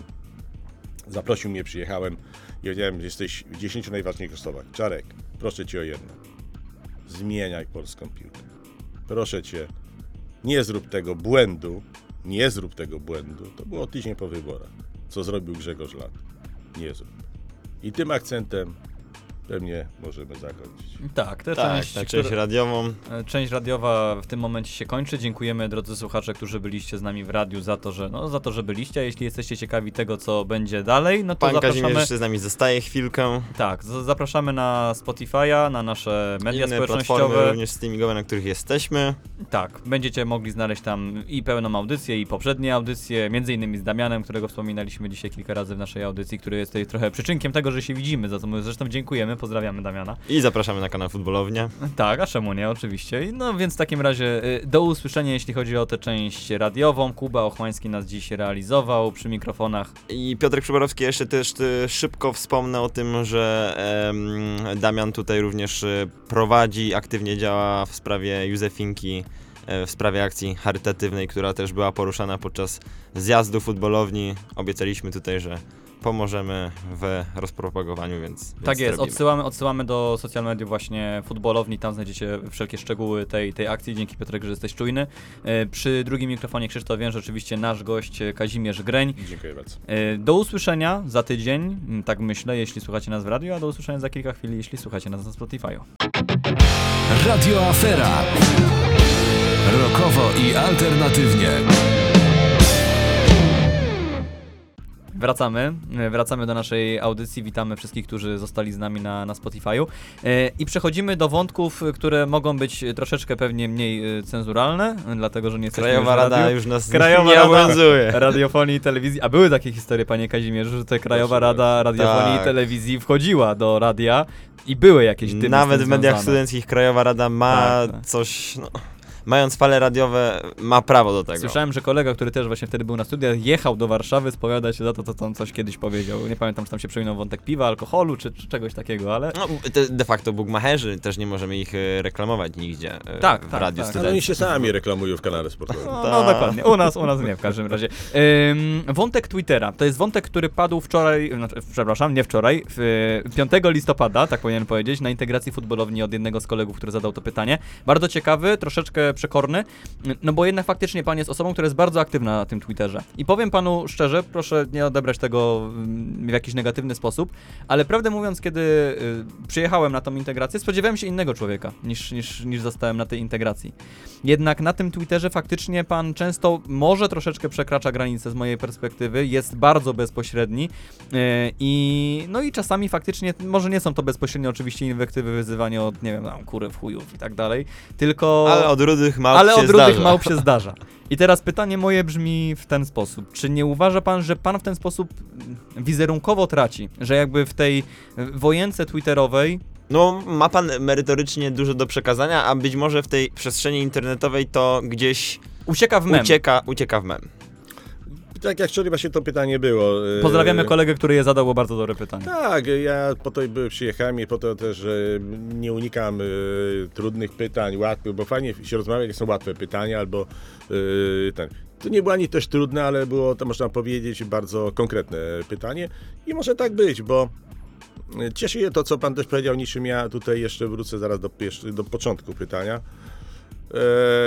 zaprosił mnie, przyjechałem i powiedziałem, że jesteś w dziesięciu najważniejszych osobach. Czarek, proszę cię o jedno. Zmieniaj polską piłkę. Proszę cię, nie zrób tego błędu, nie zrób tego błędu. To było tydzień po wyborach, co zrobił Grzegorz Lat. Nie zrób. I tym akcentem pewnie możemy zakończyć. Tak, tę Tak, część, ta część która- radiową. Część radiowa w tym momencie się kończy. Dziękujemy, drodzy słuchacze, którzy byliście z nami w radiu za to, że, no, za to, że byliście. A jeśli jesteście ciekawi tego, co będzie dalej, no to Pan zapraszamy... Kazimierz jeszcze z nami zostaje chwilkę. Tak, z- zapraszamy na Spotify'a, na nasze media Inne platformy społecznościowe. również streamingowe, na których jesteśmy. Tak, będziecie mogli znaleźć tam i pełną audycję, i poprzednie audycje, między innymi z Damianem, którego wspominaliśmy dzisiaj kilka razy w naszej audycji, który jest tutaj trochę przyczynkiem tego, że się widzimy, za co my zresztą dziękujemy, pozdrawiamy Damiana. I zapraszamy na kanał Futbolownia. Tak, a czemu nie, oczywiście. No więc w takim razie y, do usłyszenia, jeśli chodzi o tę część radiową. Kuba Ochmański nas dziś realizował przy mikrofonach. I Piotrek Przyborowski, jeszcze też y, szybko wspomnę o tym, że em, Damian tutaj również y, prowadzi, aktywnie działa w sprawie Józefinki, y, w sprawie akcji charytatywnej, która też była poruszana podczas zjazdu futbolowni. Obiecaliśmy tutaj, że pomożemy w rozpropagowaniu, więc, więc Tak jest, robimy. odsyłamy, odsyłamy do social mediów właśnie futbolowni, tam znajdziecie wszelkie szczegóły tej, tej akcji. Dzięki Piotrek, że jesteś czujny. E, Przy drugim mikrofonie Krzysztof Więż, oczywiście nasz gość e, Kazimierz Greń. Dziękuję bardzo. E, Do usłyszenia za tydzień, m, tak myślę, jeśli słuchacie nas w radiu, a do usłyszenia za kilka chwil, jeśli słuchacie nas na Spotify'u. Radio Afera. Rokowo i alternatywnie. Wracamy, wracamy do naszej audycji, witamy wszystkich, którzy zostali z nami na, na Spotify'u e, i przechodzimy do wątków, które mogą być troszeczkę pewnie mniej e, cenzuralne, dlatego, że nie jesteśmy Krajowa już w Rada radiu. już nas Krajowa nie Rada obowiązuje. Radiofonii i Telewizji, a były takie historie, panie Kazimierzu, że to Krajowa Proszę. Rada Radiofonii Tak. i Telewizji wchodziła do radia i były jakieś dymy Nawet z w tym mediach związane. studenckich Krajowa Rada ma Tak, tak. coś, no, mając fale radiowe, ma prawo do tego. Słyszałem, że kolega, który też właśnie wtedy był na studiach, jechał do Warszawy spowiadać się za to, co on coś kiedyś powiedział. Nie pamiętam, czy tam się przewinął wątek piwa, alkoholu, czy, czy czegoś takiego, ale... No, te, de facto bukmacherzy, też nie możemy ich e, reklamować nigdzie e, Tak, w tak, radiu tak. Ale oni studenckim. się sami reklamują w kanale sportowym. No, Ta. no dokładnie, u nas, u nas nie w każdym razie. Ym, wątek Twittera, to jest wątek, który padł wczoraj, znaczy, przepraszam, nie wczoraj, w, piątego listopada, tak powinienem powiedzieć, na integracji futbolowni od jednego z kolegów, który zadał to pytanie. Bardzo ciekawy, troszeczkę przekorny, no bo jednak faktycznie pan jest osobą, która jest bardzo aktywna na tym Twitterze. I powiem panu szczerze, proszę nie odebrać tego mm, w jakiś negatywny sposób, ale prawdę mówiąc, kiedy y, przyjechałem na tą integrację, spodziewałem się innego człowieka, niż, niż, niż zostałem na tej integracji. Jednak na tym Twitterze faktycznie pan często może troszeczkę przekracza granice z mojej perspektywy, jest bardzo bezpośredni yy, i no i czasami faktycznie, może nie są to bezpośrednio oczywiście inwektywy, wyzywanie od, nie wiem, tam, kury w chujów i tak dalej, tylko... Ale od rudych małp Ale się od rudych zdarza. małp się zdarza. I teraz pytanie moje brzmi w ten sposób. Czy nie uważa pan, że pan w ten sposób wizerunkowo traci? Że jakby w tej wojence twitterowej No, ma pan merytorycznie dużo do przekazania, a być może w tej przestrzeni internetowej to gdzieś ucieka w mem? ucieka, ucieka w mem. Tak jak wczoraj właśnie to pytanie było. e, Pozdrawiamy kolegę, który je zadał, bo bardzo dobre pytanie. Tak, ja po to by- przyjechałem i po to też, że nie unikam e, trudnych pytań, łatwych, bo fajnie się rozmawia, jak są łatwe pytania, albo e, tak. To nie było ani też trudne, ale było to, można powiedzieć, bardzo konkretne pytanie i może tak być, bo cieszy mnie to, co pan też powiedział, niczym ja tutaj jeszcze wrócę zaraz do, jeszcze do początku pytania. E,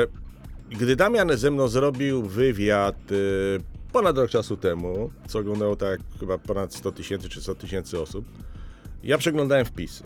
Gdy Damian ze mną zrobił wywiad e, ponad rok czasu temu, co oglądało tak chyba ponad sto tysięcy czy sto tysięcy osób, ja przeglądałem wpisy.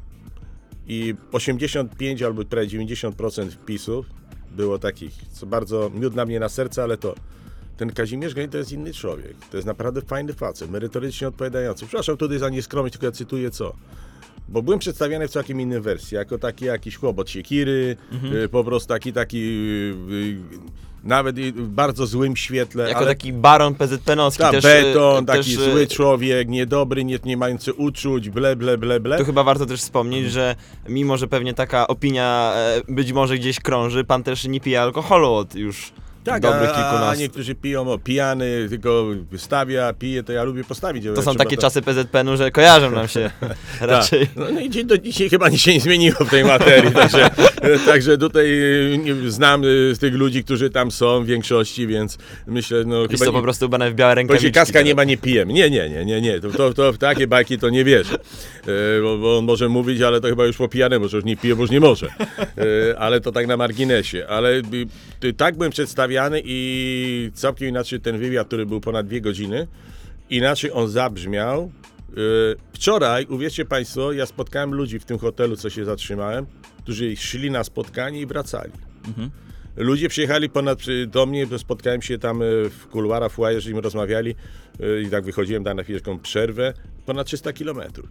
I osiemdziesiąt pięć albo prawie dziewięćdziesiąt procent wpisów było takich, co bardzo miód na mnie na serce, ale to ten Kazimierz Gajda to jest inny człowiek. To jest naprawdę fajny facet, merytorycznie odpowiadający. Przepraszam tutaj za nieskromność, tylko ja cytuję co. Bo byłem przedstawiany w całkiem innej wersji, jako taki jakiś chłopot siekiry, Mhm. y, po prostu taki, taki y, y, nawet i w bardzo złym świetle. Jako ale taki baron P Z P-nowski ta, też... beton, e, taki też, e, zły człowiek, niedobry, nie, nie mający uczuć, ble, ble, ble, ble. Tu chyba warto też wspomnieć, że mimo, że pewnie taka opinia e, być może gdzieś krąży, pan też nie pije alkoholu od już Tak, dobrych a, a kilkunastu. niektórzy piją, o, pijany, tylko wystawia, pije, to ja lubię postawić. To są takie czasy P Z P N-u, że kojarzą nam się raczej. No, no i dziś- do dzisiaj chyba nic się nie zmieniło w tej materii, także, także tutaj y, nie- znam y, z tych ludzi, którzy tam są w większości, więc myślę, no Jest chyba to nie, po prostu ubrane w białe Bo rękawiczki. się kaska nie ma, nie pijemy. Nie, nie, nie, nie, nie. To, to, to w takie bajki to nie wierzę. E, bo, bo on może mówić, ale to chyba już po pijanemu, że już nie pije, bo już nie może. E, ale to tak na marginesie. Ale y, y, tak byłem przedstawiany i całkiem inaczej ten wywiad, który był ponad dwie godziny, inaczej on zabrzmiał. E, wczoraj, uwierzcie państwo, ja spotkałem ludzi w tym hotelu, co się zatrzymałem, którzy szli na spotkanie i wracali. Mhm. Ludzie przyjechali ponad przy- do mnie, bo spotkałem się tam e, w kuluarach, w foyer, że im rozmawiali e, i tak wychodziłem tam na chwileczką przerwę, ponad trzysta kilometrów.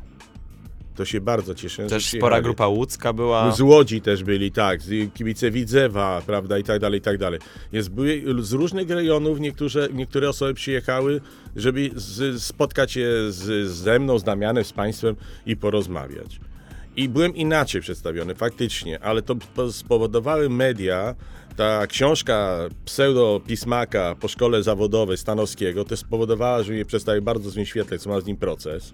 To się bardzo cieszę. że Też przyjechali. spora grupa łódzka była. Z Łodzi też byli, tak, z kibice Widzewa, prawda, i tak dalej, i tak dalej. Jest, były z różnych rejonów, niektóre, niektóre osoby przyjechały, żeby z, spotkać się z, ze mną, z Damianem, z państwem i porozmawiać. I byłem inaczej przedstawiony, faktycznie, ale to po- spowodowały media, ta książka pseudo-pismaka po szkole zawodowej Stanowskiego, to spowodowała, że mnie przedstawił bardzo w złym świetle, co ma z nim proces.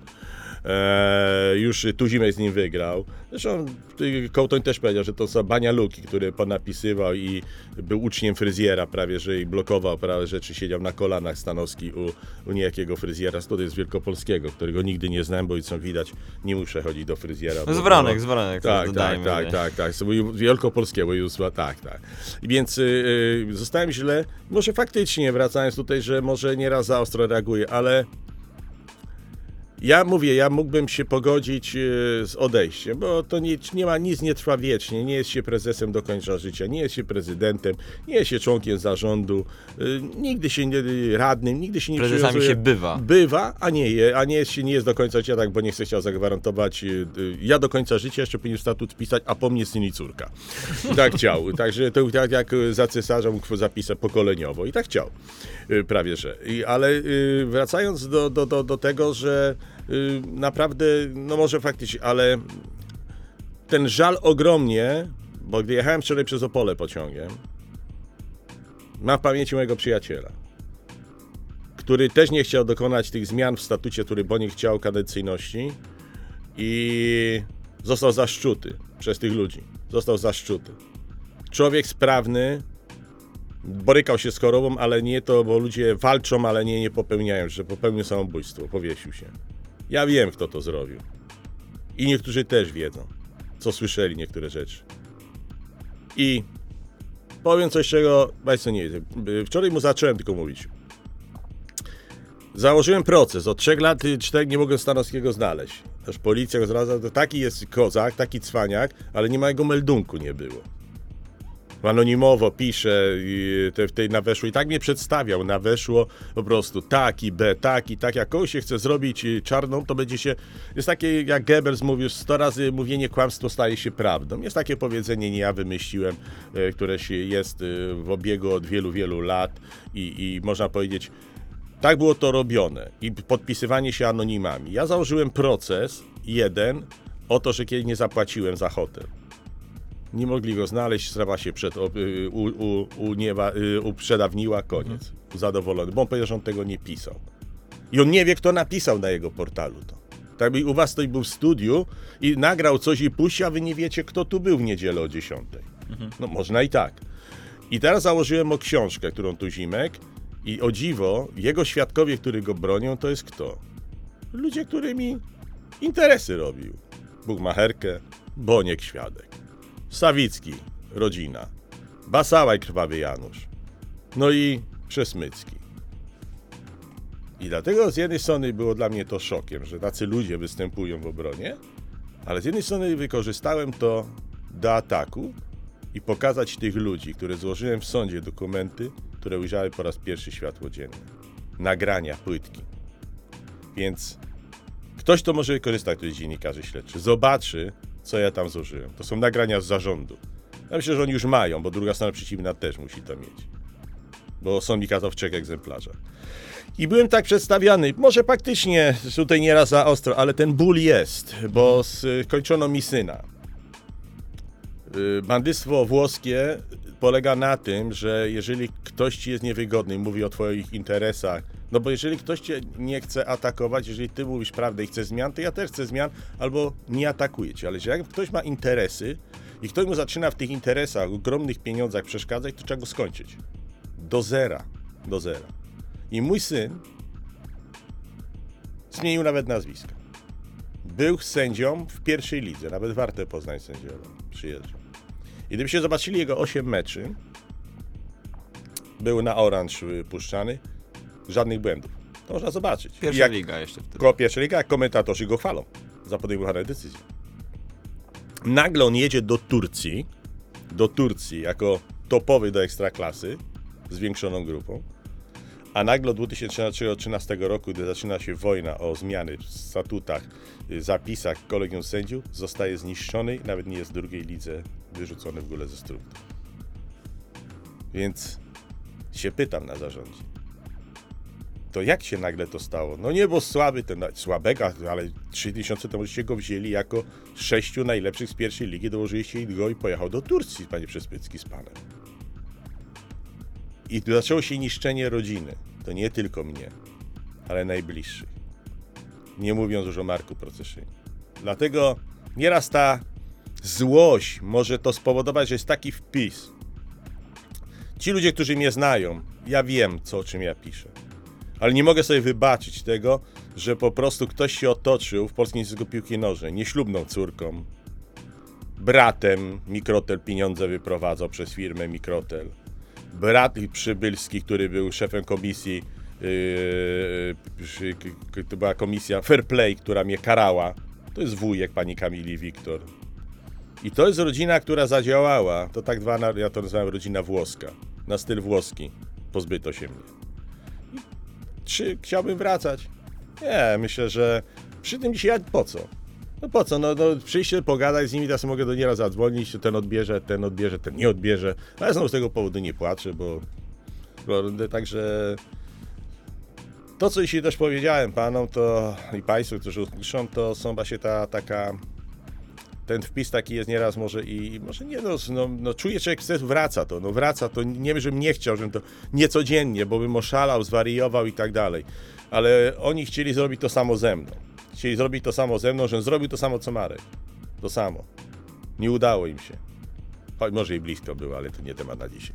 Eee, już Tuzimek z nim wygrał. Zresztą y, Kołtoń też powiedział, że to są banialuki, które ponapisywał i był uczniem fryzjera prawie, że i blokował prawie rzeczy, siedział na kolanach Stanowski u, u niejakiego fryzjera, to jest Wielkopolskiego, którego nigdy nie znałem, bo co widać, nie muszę chodzić do fryzjera. No z bo- Wronek, z Wronek. tak, tak, dodajmy, tak, nie? tak, tak, tak. Wielkopolskiego już, tak, tak. I Więc y, y, zostałem źle. Może faktycznie, wracając tutaj, że może nieraz za ostro reaguję, ale Ja mówię, ja mógłbym się pogodzić y, z odejściem, bo to nie, nie ma, nic nie trwa wiecznie, nie jest się prezesem do końca życia, nie jest się prezydentem, nie jest się członkiem zarządu, y, nigdy się nie radnym, nigdy się nie Prezesami przywiązuje. się bywa. Bywa, a nie je, a nie jest, się nie jest do końca życia, tak, bo nie chce chciał zagwarantować, y, y, ja do końca życia jeszcze powinien statut pisać, a po mnie syn i córka. I tak chciał, także to tak jak za cesarza mógł zapisać pokoleniowo i tak chciał, y, prawie że. I, ale y, wracając do, do, do, do tego, że y, naprawdę, no może faktycznie, ale ten żal ogromnie, bo gdy jechałem wczoraj przez Opole pociągiem, mam w pamięci mojego przyjaciela, który też nie chciał dokonać tych zmian w statucie, który Boniek chciał kadencyjności i został zaszczuty przez tych ludzi. Został zaszczuty. Człowiek sprawny, borykał się z chorobą, ale nie to, bo ludzie walczą, ale nie, nie popełniają, że popełnił samobójstwo, powiesił się. Ja wiem, kto to zrobił. I niektórzy też wiedzą, co słyszeli niektóre rzeczy. I powiem coś, czego Państwo nie wiedzą. Wczoraj mu zacząłem tylko mówić. Założyłem proces. Od trzech lat, czterech nie mogłem Stanowskiego znaleźć. Też policja go znalazła. To taki jest kozak, taki cwaniak, ale nie ma jego meldunku nie było. Anonimowo pisze i te, w tej na weszło i tak mnie przedstawiał, na weszło po prostu taki B, taki, tak, jak kogoś się chce zrobić czarną, to będzie się, jest takie jak Goebbels mówił, sto razy mówienie kłamstwo staje się prawdą. Jest takie powiedzenie, nie ja wymyśliłem, które się jest w obiegu od wielu, wielu lat i, i można powiedzieć, tak było to robione i podpisywanie się anonimami. Ja założyłem proces jeden o to, że kiedy nie zapłaciłem za hotel. Nie mogli go znaleźć, sprawa się przed, u, u, u, niewa, uprzedawniła, koniec. Mhm. Zadowolony, bo on powiedział, że on tego nie pisał. I on nie wie, kto napisał na jego portalu to. Tak by u was ktoś był w studiu i nagrał coś i puścił, a wy nie wiecie, kto tu był w niedzielę o dziesiątej. Mhm. No można i tak. I teraz założyłem o książkę, którą tu Zimek i o dziwo, jego świadkowie, którzy go bronią, to jest kto? Ludzie, którymi interesy robił. Bugmacherkę, Boniek świadek. Sawicki, rodzina, Basałaj, Krwawy Janusz, no i Przesmycki. I dlatego z jednej strony było dla mnie to szokiem, że tacy ludzie występują w obronie, ale z jednej strony wykorzystałem to do ataku i pokazać tych ludzi, które złożyłem w sądzie dokumenty, które ujrzały po raz pierwszy światło dzienne. Nagrania, płytki. Więc ktoś to może wykorzystać, to jest dziennikarzy śledczy, zobaczy, co ja tam złożyłem. To są nagrania z zarządu. Ja myślę, że oni już mają, bo druga strona przeciwna też musi to mieć. Bo sąd mi kazał w trzech egzemplarzach. I byłem tak przedstawiany. Może faktycznie tutaj nieraz za ostro, ale ten ból jest, bo skończono mi syna. Bandystwo włoskie polega na tym, że jeżeli ktoś ci jest niewygodny i mówi o twoich interesach, no bo jeżeli ktoś cię nie chce atakować, jeżeli ty mówisz prawdę i chcesz zmian, to ja też chcę zmian, albo nie atakuję cię. Ale jeżeli ktoś ma interesy i ktoś mu zaczyna w tych interesach, w ogromnych pieniądzach przeszkadzać, to trzeba go skończyć. Do zera. Do zera. I mój syn zmienił nawet nazwisko. Był sędzią w pierwszej lidze, nawet Wartę Poznań sędziową przyjeżdżał. I gdybyście zobaczyli jego osiem meczy, był na Orange puszczany, żadnych błędów. To można zobaczyć. Pierwsza jak, liga jeszcze wtedy. Ko, pierwsza liga, jak komentatorzy go chwalą za podejmowane decyzje. Nagle on jedzie do Turcji, do Turcji jako topowy do Ekstraklasy, zwiększoną grupą, a nagle od dwa tysiące trzynastego roku, gdy zaczyna się wojna o zmiany w statutach, zapisach kolegium sędziów, zostaje zniszczony, nawet nie jest w drugiej lidze wyrzucony w ogóle ze struktur. Więc się pytam na zarządzie, to jak się nagle to stało? No nie, bo słaby ten, słabego, ale trzy tysiące to możecie go wzięli jako sześciu najlepszych z pierwszej ligi, dołożyliście go i pojechał do Turcji, panie Przespycki, z panem. I zaczęło się niszczenie rodziny. To nie tylko mnie, ale najbliższych. Nie mówiąc już o Marku Proceszynie. Dlatego nieraz ta złość może to spowodować, że jest taki wpis. Ci ludzie, którzy mnie znają, ja wiem, co, o czym ja piszę. Ale nie mogę sobie wybaczyć tego, że po prostu ktoś się otoczył w Polskim Instytucie Piłki Nożnej nieślubną córką, bratem, Mikrotel pieniądze wyprowadzał przez firmę Mikrotel, brat Przybylski, który był szefem komisji yy, to była komisja Fair Play, która mnie karała. To jest wujek pani Kamili Wiktor. I to jest rodzina, która zadziałała. To tak zwana, ja to nazywam rodzina włoska. Na styl włoski. Pozbyto się mnie. I czy chciałbym wracać? Nie, myślę, że przy tym dzisiaj po co? No po co? No, no przyjść, pogadać z nimi, teraz mogę do nieraz zadzwonić, ten odbierze, ten odbierze, ten nie odbierze. Ale znowu z tego powodu nie płaczę, bo, bo także to, co dzisiaj też powiedziałem panom to i państwu, którzy usłyszą, to są właśnie ta taka, ten wpis taki jest nieraz może i może nie, no, no, no czuje człowiek, chce, wraca to, no wraca to, nie wiem, żebym nie chciał, żebym to niecodziennie, bo bym oszalał, zwariował i tak dalej, ale oni chcieli zrobić to samo ze mną. Chcieli zrobić to samo ze mną, żebym zrobił to samo co Marek. To samo. Nie udało im się. Choć może i blisko było, ale to nie temat na dzisiaj.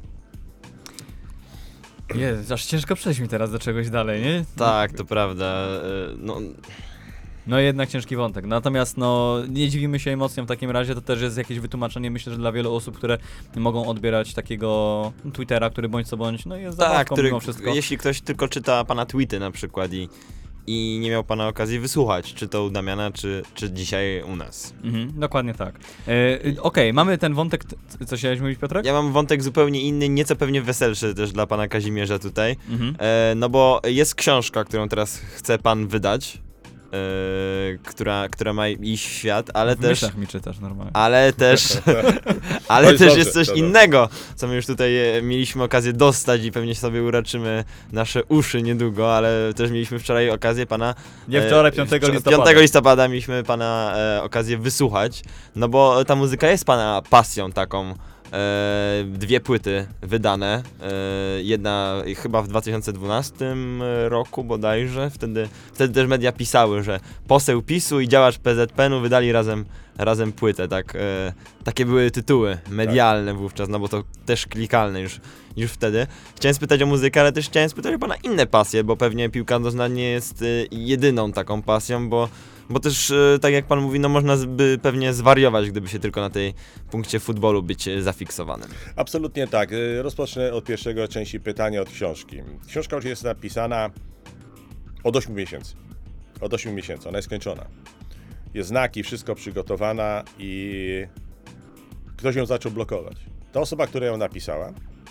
Jest, aż ciężko przejść mi teraz do czegoś dalej, nie? Tak, to prawda. y, No, No jednak ciężki wątek. Natomiast no nie dziwimy się emocjom w takim razie, to też jest jakieś wytłumaczenie, myślę, że dla wielu osób, które mogą odbierać takiego Twittera, który bądź co bądź, no jest tak, zabawką który, mimo wszystko. jeśli ktoś tylko czyta pana tweety na przykład i, i nie miał pana okazji wysłuchać, czy to u Damiana, czy, czy dzisiaj u nas. Mhm, dokładnie tak. E, Okej, okay, mamy ten wątek, t- co chciałeś mówić, Piotrek? Ja mam wątek zupełnie inny, nieco pewnie weselszy też dla pana Kazimierza tutaj, Mhm. e, no bo jest książka, którą teraz chce pan wydać, e, która, która ma iść w świat, ale w też... myślach mi czytasz normalnie. Ale też, To ale jest też dobrze, jest coś to dobrze. innego, co my już tutaj e, mieliśmy okazję dostać i pewnie sobie uraczymy nasze uszy niedługo, ale też mieliśmy wczoraj okazję pana... Nie wczoraj, piątego wczor- listopada. piątego listopada mieliśmy pana e, okazję wysłuchać, no bo ta muzyka jest pana pasją taką. E, dwie płyty wydane, e, jedna chyba w dwa tysiące dwunastym roku bodajże, wtedy, wtedy też media pisały, że poseł PiSu i działacz P Z P N u wydali razem, razem płytę, tak, e, takie były tytuły medialne wówczas, no bo to też klikalne już, już wtedy. Chciałem spytać o muzykę, ale też chciałem spytać o pana inne pasje, bo pewnie piłka nożna nie jest e, jedyną taką pasją, bo Bo też, e, tak jak pan mówi, no można z- by pewnie zwariować, gdyby się tylko na tej punkcie futbolu być e, zafiksowanym. Absolutnie tak. Y, Rozpocznę od pierwszego części pytania, od książki. Książka już jest napisana od ośmiu miesięcy. Od ośmiu miesięcy. Ona jest skończona. Jest znaki, wszystko przygotowana i ktoś ją zaczął blokować. Ta osoba, która ją napisała,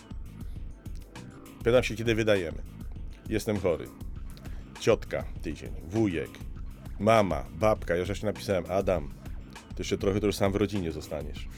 pytam się, kiedy wydajemy. Jestem chory. Ciotka tydzień, wujek, mama, babka. Ja już jeszcze napisałem, Adam, to jeszcze trochę to już sam w rodzinie zostaniesz.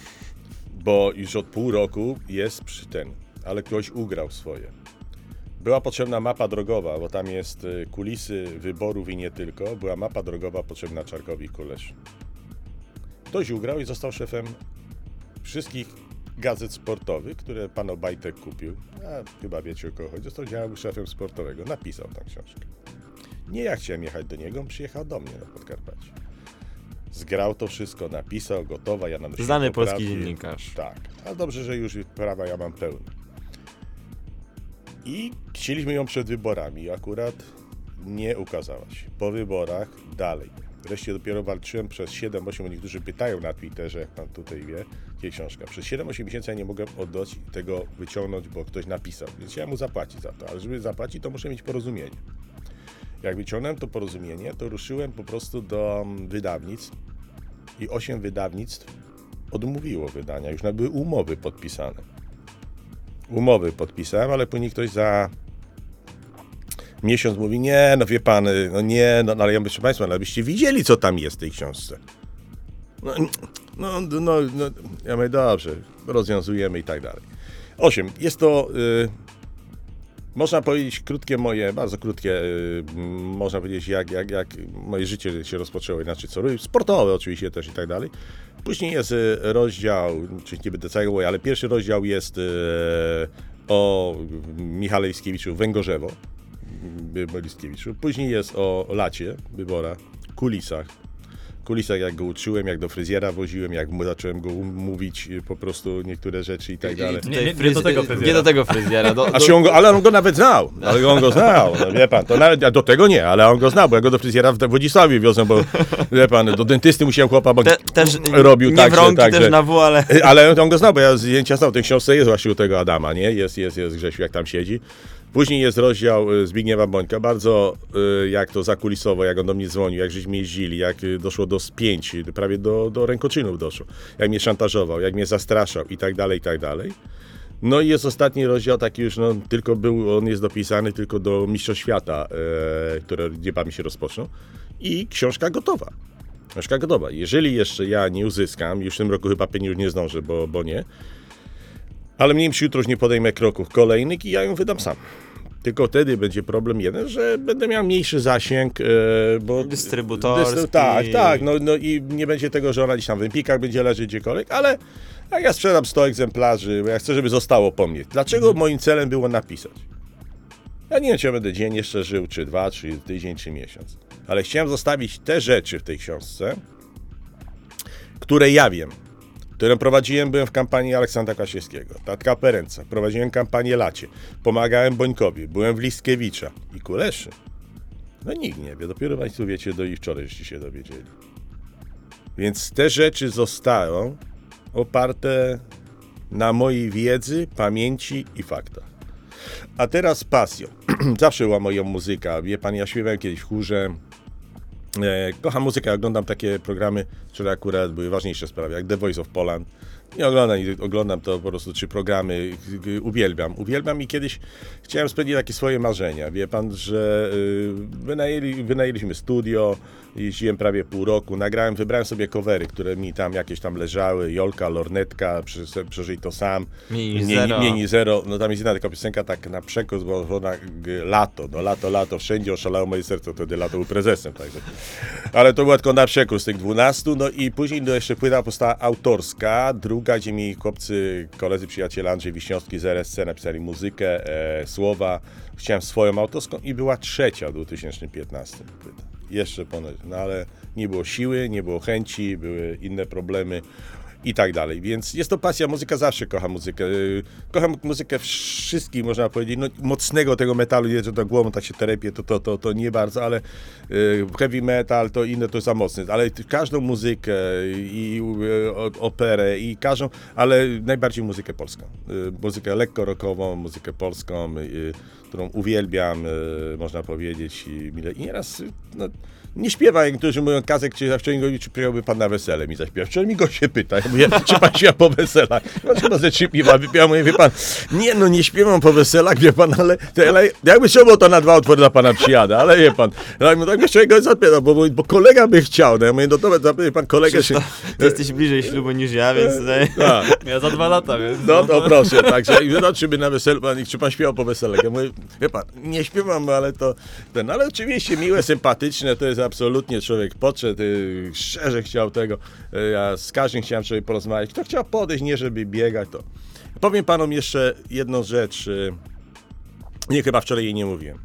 Bo już od pół roku jest przy ten, ale ktoś ugrał swoje. Była potrzebna mapa drogowa, bo tam jest y, kulisy wyborów i nie tylko. Była mapa drogowa potrzebna Czarkowi Kulesz. Ktoś ugrał i został szefem wszystkich gazet sportowych, które pan Obajtek kupił. A chyba wiecie, o kogo chodzi. Został działał szefem sportowego. Napisał tę książkę. Nie ja chciałem jechać do niego, on przyjechał do mnie na Podkarpacie. Zgrał to wszystko, napisał, gotowa, ja nanosiłem Znany poprawki. polski dziennikarz. Tak, a dobrze, że już prawa ja mam pełne. I chcieliśmy ją przed wyborami, akurat nie ukazała się. Po wyborach dalej. Wreszcie dopiero walczyłem przez siedem osiem, bo niektórzy pytają na Twitterze, jak pan tutaj wie, gdzie książka. Przez siedem osiem miesięcy ja nie mogłem oddać i tego wyciągnąć, bo ktoś napisał. Więc ja mu zapłacić za to, ale żeby zapłacić, to muszę mieć porozumienie. Jak wyciągnąłem to porozumienie, to ruszyłem po prostu do wydawnictw i osiem wydawnictw odmówiło wydania. Już były umowy podpisane. Umowy podpisałem, ale później ktoś za miesiąc mówi, nie, no wie pan, no nie, no, no ale ja mówię, proszę państwa, ale byście widzieli, co tam jest w tej książce. No, no, no, no ja mówię, dobrze, rozwiązujemy i tak dalej. Osiem. Jest to, y, można powiedzieć, krótkie moje, bardzo krótkie, y, można powiedzieć, jak, jak, jak moje życie się rozpoczęło, inaczej co robię, sportowe oczywiście też i tak dalej. Później jest y, rozdział, czyli nie będę całego mówił, ale pierwszy rozdział jest y, o Michale Liskiewiczu, Węgorzewo, Liskiewiczu. Później jest o lacie, wyborach, kulisach. Kulisach, jak go uczyłem, jak do fryzjera woziłem, jak mu zacząłem go mówić po prostu niektóre rzeczy i tak dalej. Nie, nie, nie do tego fryzjera. Nie do tego fryzjera. Do, A do... czy on go, ale on go nawet znał, ale on go znał, no, wie pan, to nawet, do tego nie, ale on go znał, bo ja go do fryzjera w Wodzisławie wiozłem, bo wie pan, do dentysty musiałem chłopa, bo Te, też robił nie tak, w rąki, że, tak, też że, na W, ale... ale on go znał, bo ja zdjęcia znał, w tej książce jest właśnie u tego Adama, nie, jest, jest, jest Grzesiu, jak tam siedzi. Później jest rozdział y, Zbigniewa Bońka, bardzo y, jak to zakulisowo, jak on do mnie dzwonił, jak żeśmy jeździli, jak y, doszło do spięć, y, prawie do, do rękoczynów doszło, jak mnie szantażował, jak mnie zastraszał i tak dalej, i tak dalej. No i jest ostatni rozdział, taki już, no, tylko był, on jest dopisany tylko do Mistrzostw Świata, e, które niebawem się rozpoczną. I książka gotowa. Książka gotowa. Jeżeli jeszcze ja nie uzyskam, już w tym roku chyba pewnie już nie zdążę, bo, bo nie, ale mniej niż jutro już nie podejmę kroków kolejnych i ja ją wydam sam. Tylko wtedy będzie problem jeden, że będę miał mniejszy zasięg, e, bo... Dystrybutorski. Dystry, tak, tak, no, no i nie będzie tego, że ona gdzieś tam w Empikach będzie leżeć gdziekolwiek, ale jak ja sprzedam sto egzemplarzy, bo ja chcę, żeby zostało po mnie. Dlaczego mhm. moim celem było napisać? Ja nie wiem, czy ja będę dzień jeszcze żył, czy dwa, czy tydzień, czy miesiąc. Ale chciałem zostawić te rzeczy w tej książce, które ja wiem, którą prowadziłem, byłem w kampanii Aleksandra Kwaśniewskiego, Tatka Perenca, prowadziłem kampanię Lacie, pomagałem Bońkowi, byłem w Listkiewicza i Kuleszy. No nikt nie wie, dopiero Państwo wiecie, do i wczoraj żeście się dowiedzieli. Więc te rzeczy zostają oparte na mojej wiedzy, pamięci i faktach. A teraz pasją. Zawsze była moja muzyka. Wie pan, ja śpiewałem kiedyś w chórze. E, kocham muzykę, oglądam takie programy, które akurat były ważniejsze sprawy, jak The Voice of Poland. Nie oglądam, oglądam to po prostu, czy programy, uwielbiam. Uwielbiam i kiedyś chciałem spełnić takie swoje marzenia. Wie pan, że y, wynajęli, wynajęliśmy studio, jeździłem prawie pół roku, nagrałem, wybrałem sobie covery, które mi tam jakieś tam leżały, Jolka, Lornetka, Przeżyj to sam, Mini Zero. Mini Zero. No tam jest jedna taka piosenka tak na przekaz, bo ona g, lato, no lato, lato, wszędzie oszalało moje serce, wtedy lato był prezesem. Także. Ale to była tylko na przekaz z tych dwunastu, no i później no, jeszcze płyta powstała autorska, druga, gdzie mi chłopcy, koledzy, przyjaciele Andrzej Wiśniowski z R S C napisali muzykę, e, słowa, chciałem swoją autorską i była trzecia w dwa tysiące piętnastym płyta. Jeszcze ponad, no ale nie było siły, nie było chęci, były inne problemy i tak dalej, więc jest to pasja, muzyka, zawsze kocham muzykę, kocham muzykę wszystkich, można powiedzieć, no mocnego tego metalu, nie, że do głową tak się terapie, to, to, to, to nie bardzo, ale heavy metal, to inne, to za mocne, ale każdą muzykę i operę i każdą, ale najbardziej muzykę polską, muzykę lekko rockową, muzykę polską, którą uwielbiam, można powiedzieć, i nieraz, no, nie śpiewa, jak niektórzy mówią, Kazek, czy zawsze czy przyjąłby pan na wesele mi zaśpiewać. Wczoraj mi go się pyta, ja mówię, czy pan śpiewa po weselach? Ja chyba ze trzy piwa wypiłam, mówię, wie pan, nie no, nie śpiewam po weselach, wie pan, ale, ale jakby trzeba było, to na dwa otwory dla pana przyjadę, ale wie pan, ja mówię, tak jeszcze go zapytał, bo, bo kolega by chciał, no ja mówię, no to zapytaj pan, kolega się... Ty jesteś bliżej ślubu niż ja, więc... A. Ja za dwa lata, więc... No to proszę, także, no, czy by na weselu, pan, czy pan śpiewał po weselach? Ja mówię, wie pan, nie śpiewam, ale to... Ten, ale oczywiście miłe, sympatyczne, to jest absolutnie człowiek podszedł, y, szczerze chciał tego, y, ja z każdym chciałem sobie porozmawiać, kto chciał podejść, nie żeby biegać, to. Powiem panom jeszcze jedną rzecz, y, nie, chyba wczoraj jej nie mówiłem.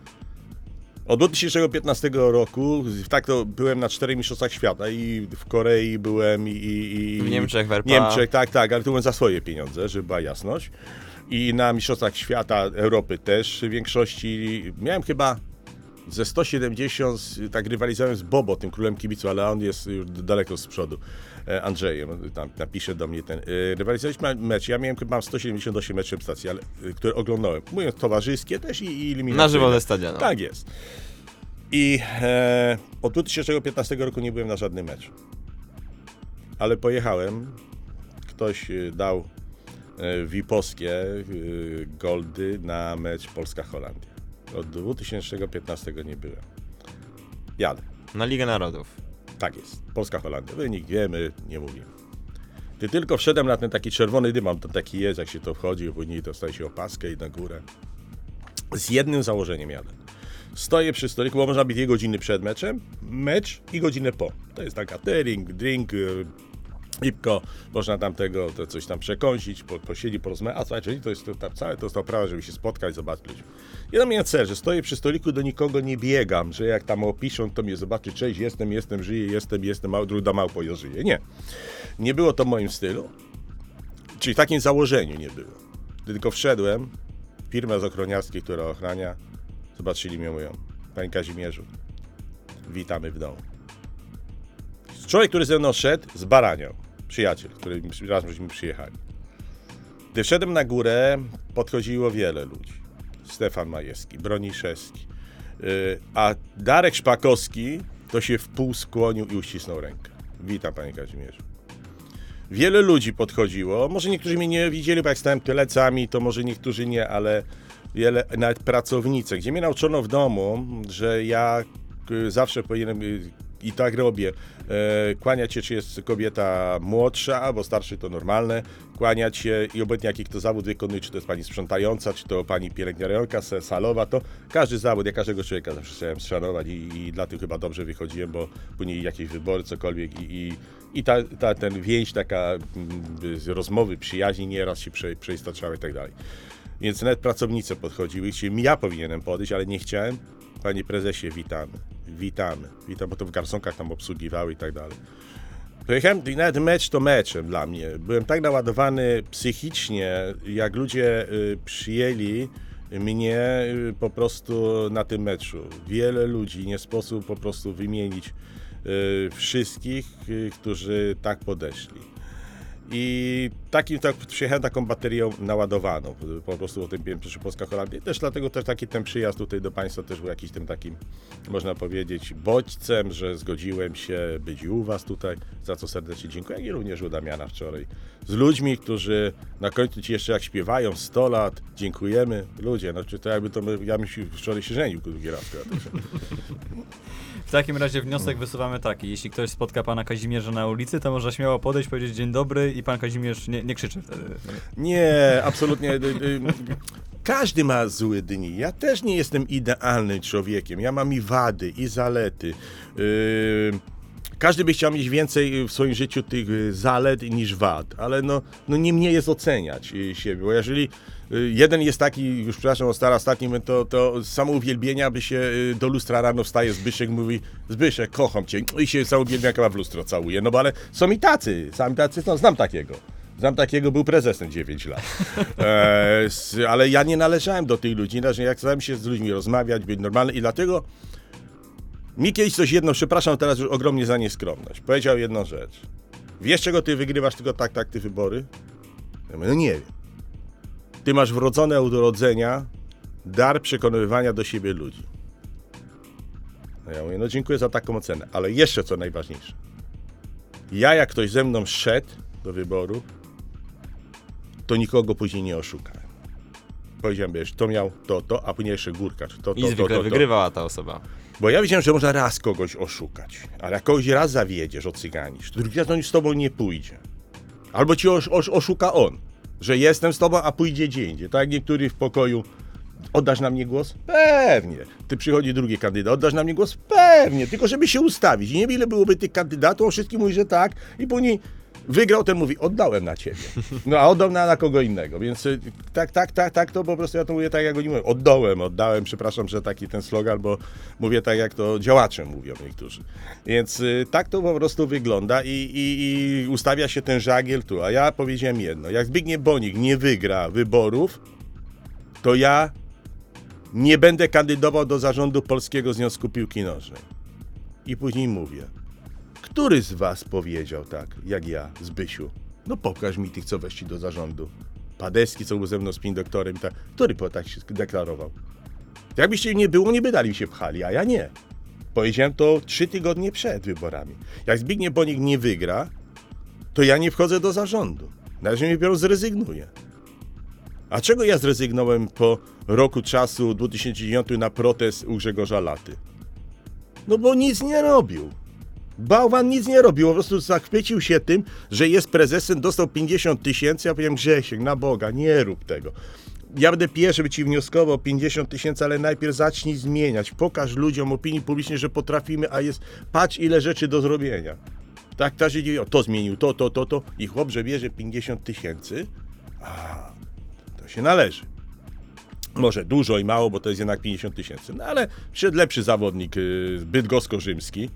Od dwa tysiące piętnastego roku, tak to byłem na czterech mistrzostwach świata i w Korei byłem i... i, i w Niemczech, w R P A. Niemczech, tak, tak, ale to byłem za swoje pieniądze, żeby była jasność. I na mistrzostwach świata, Europy też w większości, miałem chyba ze sto siedemdziesiąt, tak rywalizowałem z Bobo, tym królem kibicu, ale on jest już daleko z przodu, Andrzejem, tam napisze do mnie ten. Rywalizowaliśmy mecz, ja miałem chyba sto siedemdziesiąt osiem meczów stacji, ale, które oglądałem. Mówiąc towarzyskie też i, i eliminacyjne. Na żywo ze stadionu. Tak jest. I e, od dwa tysiące piętnastego roku nie byłem na żadnym meczu. Ale pojechałem, ktoś dał V I P-owskie goldy na mecz Polska-Holandia. Od dwa tysiące piętnastego nie byłem. Jadę. Na Ligę Narodów. Tak jest. Polska-Holandia. Wynik wiemy, nie mówimy. Gdy tylko wszedłem na ten taki czerwony dym, on to taki jest, jak się to wchodzi, później dostaje się opaskę i na górę. Z jednym założeniem jadę. Stoję przy stoliku, bo można być dwie godziny przed meczem, mecz i godzinę po. To jest tak catering, drink, Ipko, można tam tego, to coś tam przekąsić, po, posiedzieć, porozmawiać, a słuchajcie, to jest to, tam całe to jest to prawo, żeby się spotkać, zobaczyć ludzi. Ja miałem cel, że stoję przy stoliku, do nikogo nie biegam, że jak tam opiszą, to mnie zobaczy, cześć, jestem, jestem, żyję, jestem, jestem, mał, druga małpo, ja żyję. Nie. Nie było to w moim stylu, czyli w takim założeniu nie było. Tylko wszedłem, firma z ochroniarskiej, która ochrania, zobaczyli mnie, mówią, panie Kazimierzu, witamy w domu. Człowiek, który ze mną szedł, zbaraniał. Przyjaciel, który raz myśmy przyjechali. Gdy wszedłem na górę, podchodziło wiele ludzi. Stefan Majewski, Broniszewski. Yy, a Darek Szpakowski to się w pół skłonił i uścisnął rękę. Witam, panie Kazimierzu. Wiele ludzi podchodziło, może niektórzy mnie nie widzieli, bo jak stałem plecami, to może niektórzy nie, ale wiele, nawet pracownice, gdzie mnie nauczono w domu, że ja y, zawsze powinienem, y, i tak robię, y, kłaniać się, czy jest kobieta młodsza albo starsza, to normalne, kłaniać się i obojętnie jaki kto zawód wykonuje, czy to jest pani sprzątająca, czy to pani pielęgniarka salowa, to każdy zawód, ja każdego człowieka zawsze chciałem szanować i, i dlatego chyba dobrze wychodziłem, bo później jakieś wybory, cokolwiek i, i, i ta, ta, ten więź, taka mm, rozmowy, przyjaźni nieraz się prze, przeistaczały i tak dalej. Więc nawet pracownice podchodziły, chcieli, ja powinienem podejść, ale nie chciałem. Panie prezesie, witamy, witamy, witam, bo to w garsonkach tam obsługiwały i tak dalej. Pojechałem, i nawet mecz to meczem dla mnie. Byłem tak naładowany psychicznie, jak ludzie y, przyjęli mnie y, po prostu na tym meczu. Wiele ludzi, nie sposób po prostu wymienić y, wszystkich, y, którzy tak podeszli. I taki, tak, przyjechałem taką baterią naładowaną, po prostu o tym wiem, proszę Polska Holandia. I też dlatego też taki ten przyjazd tutaj do Państwa też był jakiś tym takim, można powiedzieć, bodźcem, że zgodziłem się być u Was tutaj, za co serdecznie dziękuję, jak i również u Damiana wczoraj. Z ludźmi, którzy na końcu ci jeszcze jak śpiewają sto lat, dziękujemy. Ludzie, no czy to jakby to, ja bym się wczoraj się żenił drugi raz. W takim razie wniosek wysuwamy taki, jeśli ktoś spotka pana Kazimierza na ulicy, to może śmiało podejść, powiedzieć dzień dobry i pan Kazimierz nie, nie krzyczy wtedy. Nie, absolutnie. Każdy ma złe dni. Ja też nie jestem idealnym człowiekiem. Ja mam i wady, i zalety. Każdy by chciał mieć więcej w swoim życiu tych zalet niż wad, ale no, no nie mnie jest oceniać siebie, bo jeżeli jeden jest taki, już przepraszam o stara ostatnim, to, to z samouwielbienia by się do lustra rano wstaje Zbyszek, mówi Zbyszek, kocham cię i się samouwielbiaka w lustro całuje, no bo ale są i tacy, sami tacy, no znam takiego. Znam takiego, był prezesem dziewięć lat. E, s, ale ja nie należałem do tych ludzi, jak starałem się z ludźmi rozmawiać, być normalny i dlatego mi kiedyś coś jedno, przepraszam teraz już ogromnie za nieskromność, powiedział jedną rzecz. Wiesz, czego ty wygrywasz tylko tak, tak, ty wybory? Ja mówię, no nie wiem. Ty masz wrodzone od urodzenia dar przekonywania do siebie ludzi. No ja mówię, no dziękuję za taką ocenę, ale jeszcze co najważniejsze. Ja, jak ktoś ze mną szedł do wyboru, to nikogo później nie oszukałem. Powiedziałem, wiesz, to miał to, to, a później jeszcze górka, czy to, to, I to, zwykle to, to. wygrywała ta osoba. Bo ja wiedziałem, że można raz kogoś oszukać, ale jak kogoś raz zawiedziesz, ocyganisz, to drugi raz on już z tobą nie pójdzie. Albo ci osz, osz, oszuka on, że jestem z tobą, a pójdzie gdzie indziej. Tak jak niektórzy w pokoju, oddasz na mnie głos? Pewnie. Ty przychodzi drugi kandydat, oddasz na mnie głos? Pewnie. Tylko żeby się ustawić. I nie ile byłoby tych kandydatów, on wszystkim mówi, że tak i później wygrał, ten mówi, oddałem na ciebie. No a oddał na, na kogo innego, więc tak, tak, tak, tak, to po prostu ja to mówię tak, jak oni mówią. Oddałem, oddałem, przepraszam, że taki ten slogan, bo mówię tak, jak to działacze mówią niektórzy. Więc tak to po prostu wygląda i, i, i ustawia się ten żagiel tu. A ja powiedziałem jedno, jak Zbigniew Bonik nie wygra wyborów, to ja nie będę kandydował do zarządu Polskiego Związku Piłki Nożnej. I później mówię, który z was powiedział tak, jak ja, Zbysiu? No pokaż mi tych, co weszli do zarządu. Padeski, co był ze mną spin doktorem, tak. Który po tak się deklarował? Jakbyście nie było, nie by dali się pchali, a ja nie. Powiedziałem to trzy tygodnie przed wyborami. Jak Zbigniew Bonik nie wygra, to ja nie wchodzę do zarządu. Na razie mnie dopiero zrezygnuję. A czego ja zrezygnowałem po roku czasu dwa tysiące dziewiątym na protest u Grzegorza Laty? No bo nic nie robił. Bałwan nic nie robił, po prostu zachwycił się tym, że jest prezesem, dostał pięćdziesiąt tysięcy, ja powiem, Grzesiek, na Boga, nie rób tego. Ja będę pierwszy, by ci wnioskował pięćdziesiąt tysięcy, ale najpierw zacznij zmieniać, pokaż ludziom, opinii publicznej, że potrafimy, a jest, patrz ile rzeczy do zrobienia. Tak, każdy dziwi, to zmienił, to, to, to, to i chłop, że bierze pięćdziesiąt tysięcy, a to się należy. Może dużo i mało, bo to jest jednak pięćdziesiąt tysięcy, no ale przyszedł lepszy zawodnik, yy, bydgosko-rzymski,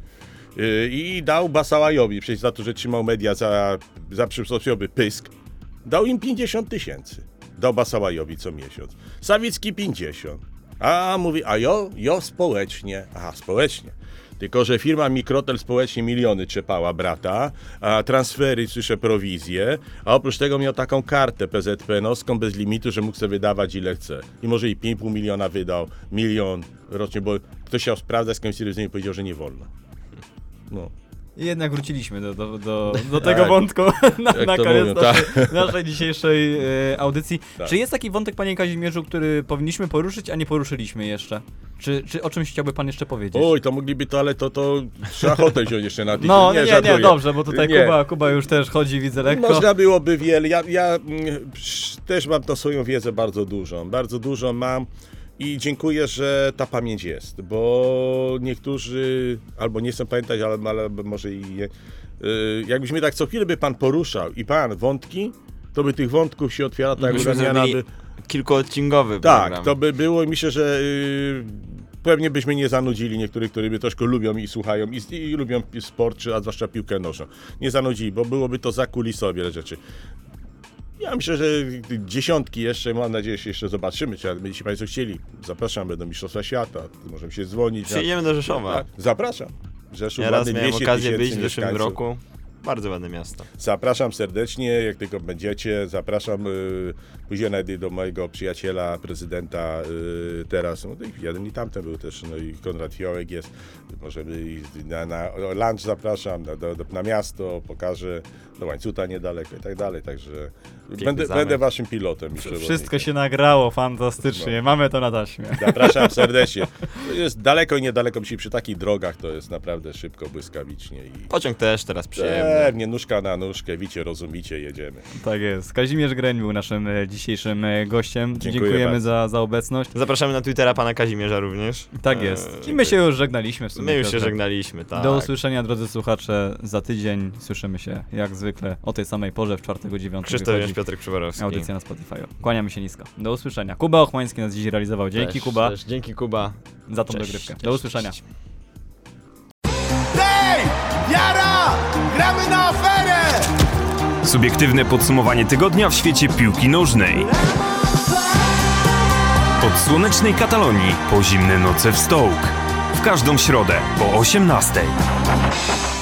i dał Basałajowi, przecież za to, że trzymał media za, za przysłowiowy pysk, dał im pięćdziesiąt tysięcy. Dał Basałajowi co miesiąc. Sawicki pięćdziesiąt. A mówi, a jo, jo społecznie. Aha, społecznie. Tylko że firma Mikrotel społecznie miliony trzepała brata, a transfery, słyszę, prowizje, a oprócz tego miał taką kartę P Z P N-owską bez limitu, że mógł sobie wydawać ile chce. I może i pięć i pół miliona wydał, milion rocznie, bo ktoś chciał sprawdzać, z kimś i powiedział, że nie wolno. No. I jednak wróciliśmy do, do, do, do tego Tak. wątku na, Jak na to koniec mówią, naszej, naszej dzisiejszej e, audycji. Tak. Czy jest taki wątek, panie Kazimierzu, który powinniśmy poruszyć, a nie poruszyliśmy jeszcze? Czy, czy o czymś chciałby pan jeszcze powiedzieć? Oj, to mogliby to, ale to, to trzeba ochotę wziąć jeszcze na tydzień. no, nie, nie, żartuję. nie, dobrze, bo tutaj Nie. Kuba, Kuba już też chodzi, widzę lekko. Można byłoby wiele. Ja, ja mm, psz, też mam tą swoją wiedzę bardzo dużą. Bardzo dużą mam i dziękuję, że ta pamięć jest, bo niektórzy albo nie chcą pamiętać, ale, ale może i nie. Yy, jakbyś tak co chwilę by pan poruszał i pan wątki, to by tych wątków się otwierała tak Myśmy jak zrobili kilkuodcinkowy Tak, program. to by było i myślę, że yy, pewnie byśmy nie zanudzili niektórych, którzy by troszkę lubią i słuchają i, i lubią sport, czy, a zwłaszcza piłkę nożną. Nie zanudzili, bo byłoby to zakulisowe wiele rzeczy. Ja myślę, że dziesiątki jeszcze, mam nadzieję, że jeszcze zobaczymy, czy jeśli Państwo chcieli. Zapraszam, będą Mistrzostwa Świata, możemy się dzwonić. Przyjedziemy do Rzeszowa. Tak, zapraszam. Rzeszów, Ja raz ładny miałem dwieście okazję być w tysięcy zeszłym mieszkańców. roku. Bardzo ładne miasto. Zapraszam serdecznie, jak tylko będziecie. Zapraszam y, później nawet do mojego przyjaciela, prezydenta y, teraz. No, i jeden i tamten był też, no i Konrad Fiołek jest. Możemy i na, na lunch zapraszam, na, do, do, na miasto, pokażę, do Łańcuta niedaleko i tak dalej. Także będę, zamek. będę waszym pilotem. i Wszystko przewodnikiem. się nagrało fantastycznie, No. mamy to na taśmie. Zapraszam serdecznie. To jest daleko i niedaleko, przy takich drogach to jest naprawdę szybko, błyskawicznie. I... Pociąg też teraz przyjemny. Pewnie, nóżka na nóżkę, wicie, rozumicie, jedziemy. Tak jest. Kazimierz Greń był naszym e, dzisiejszym e, gościem. Dziękuję Dziękujemy bardzo. za, za obecność. Zapraszamy na Twittera pana Kazimierza również. Tak jest. Eee, I my się już żegnaliśmy w sumie. My już się Piotrze. żegnaliśmy, tak. Do usłyszenia, drodzy słuchacze, za tydzień. Słyszymy się jak zwykle o tej samej porze w czwartego dziewiątego. Krzysztof Jaś, Piotrek Przyborowski. Audycja na Spotify. Kłaniamy się nisko. Do usłyszenia. Kuba Ochmański nas dziś realizował. Dzięki Cześć, Kuba Cześć. Dzięki Kuba. za tą Cześć, dogrywkę. cześć, Do usłyszenia. cześć. Hej! Jara! Gramy na aferę! Subiektywne podsumowanie tygodnia w świecie piłki nożnej. Od słonecznej Katalonii po zimne noce w Stoke. W każdą środę po osiemnastej.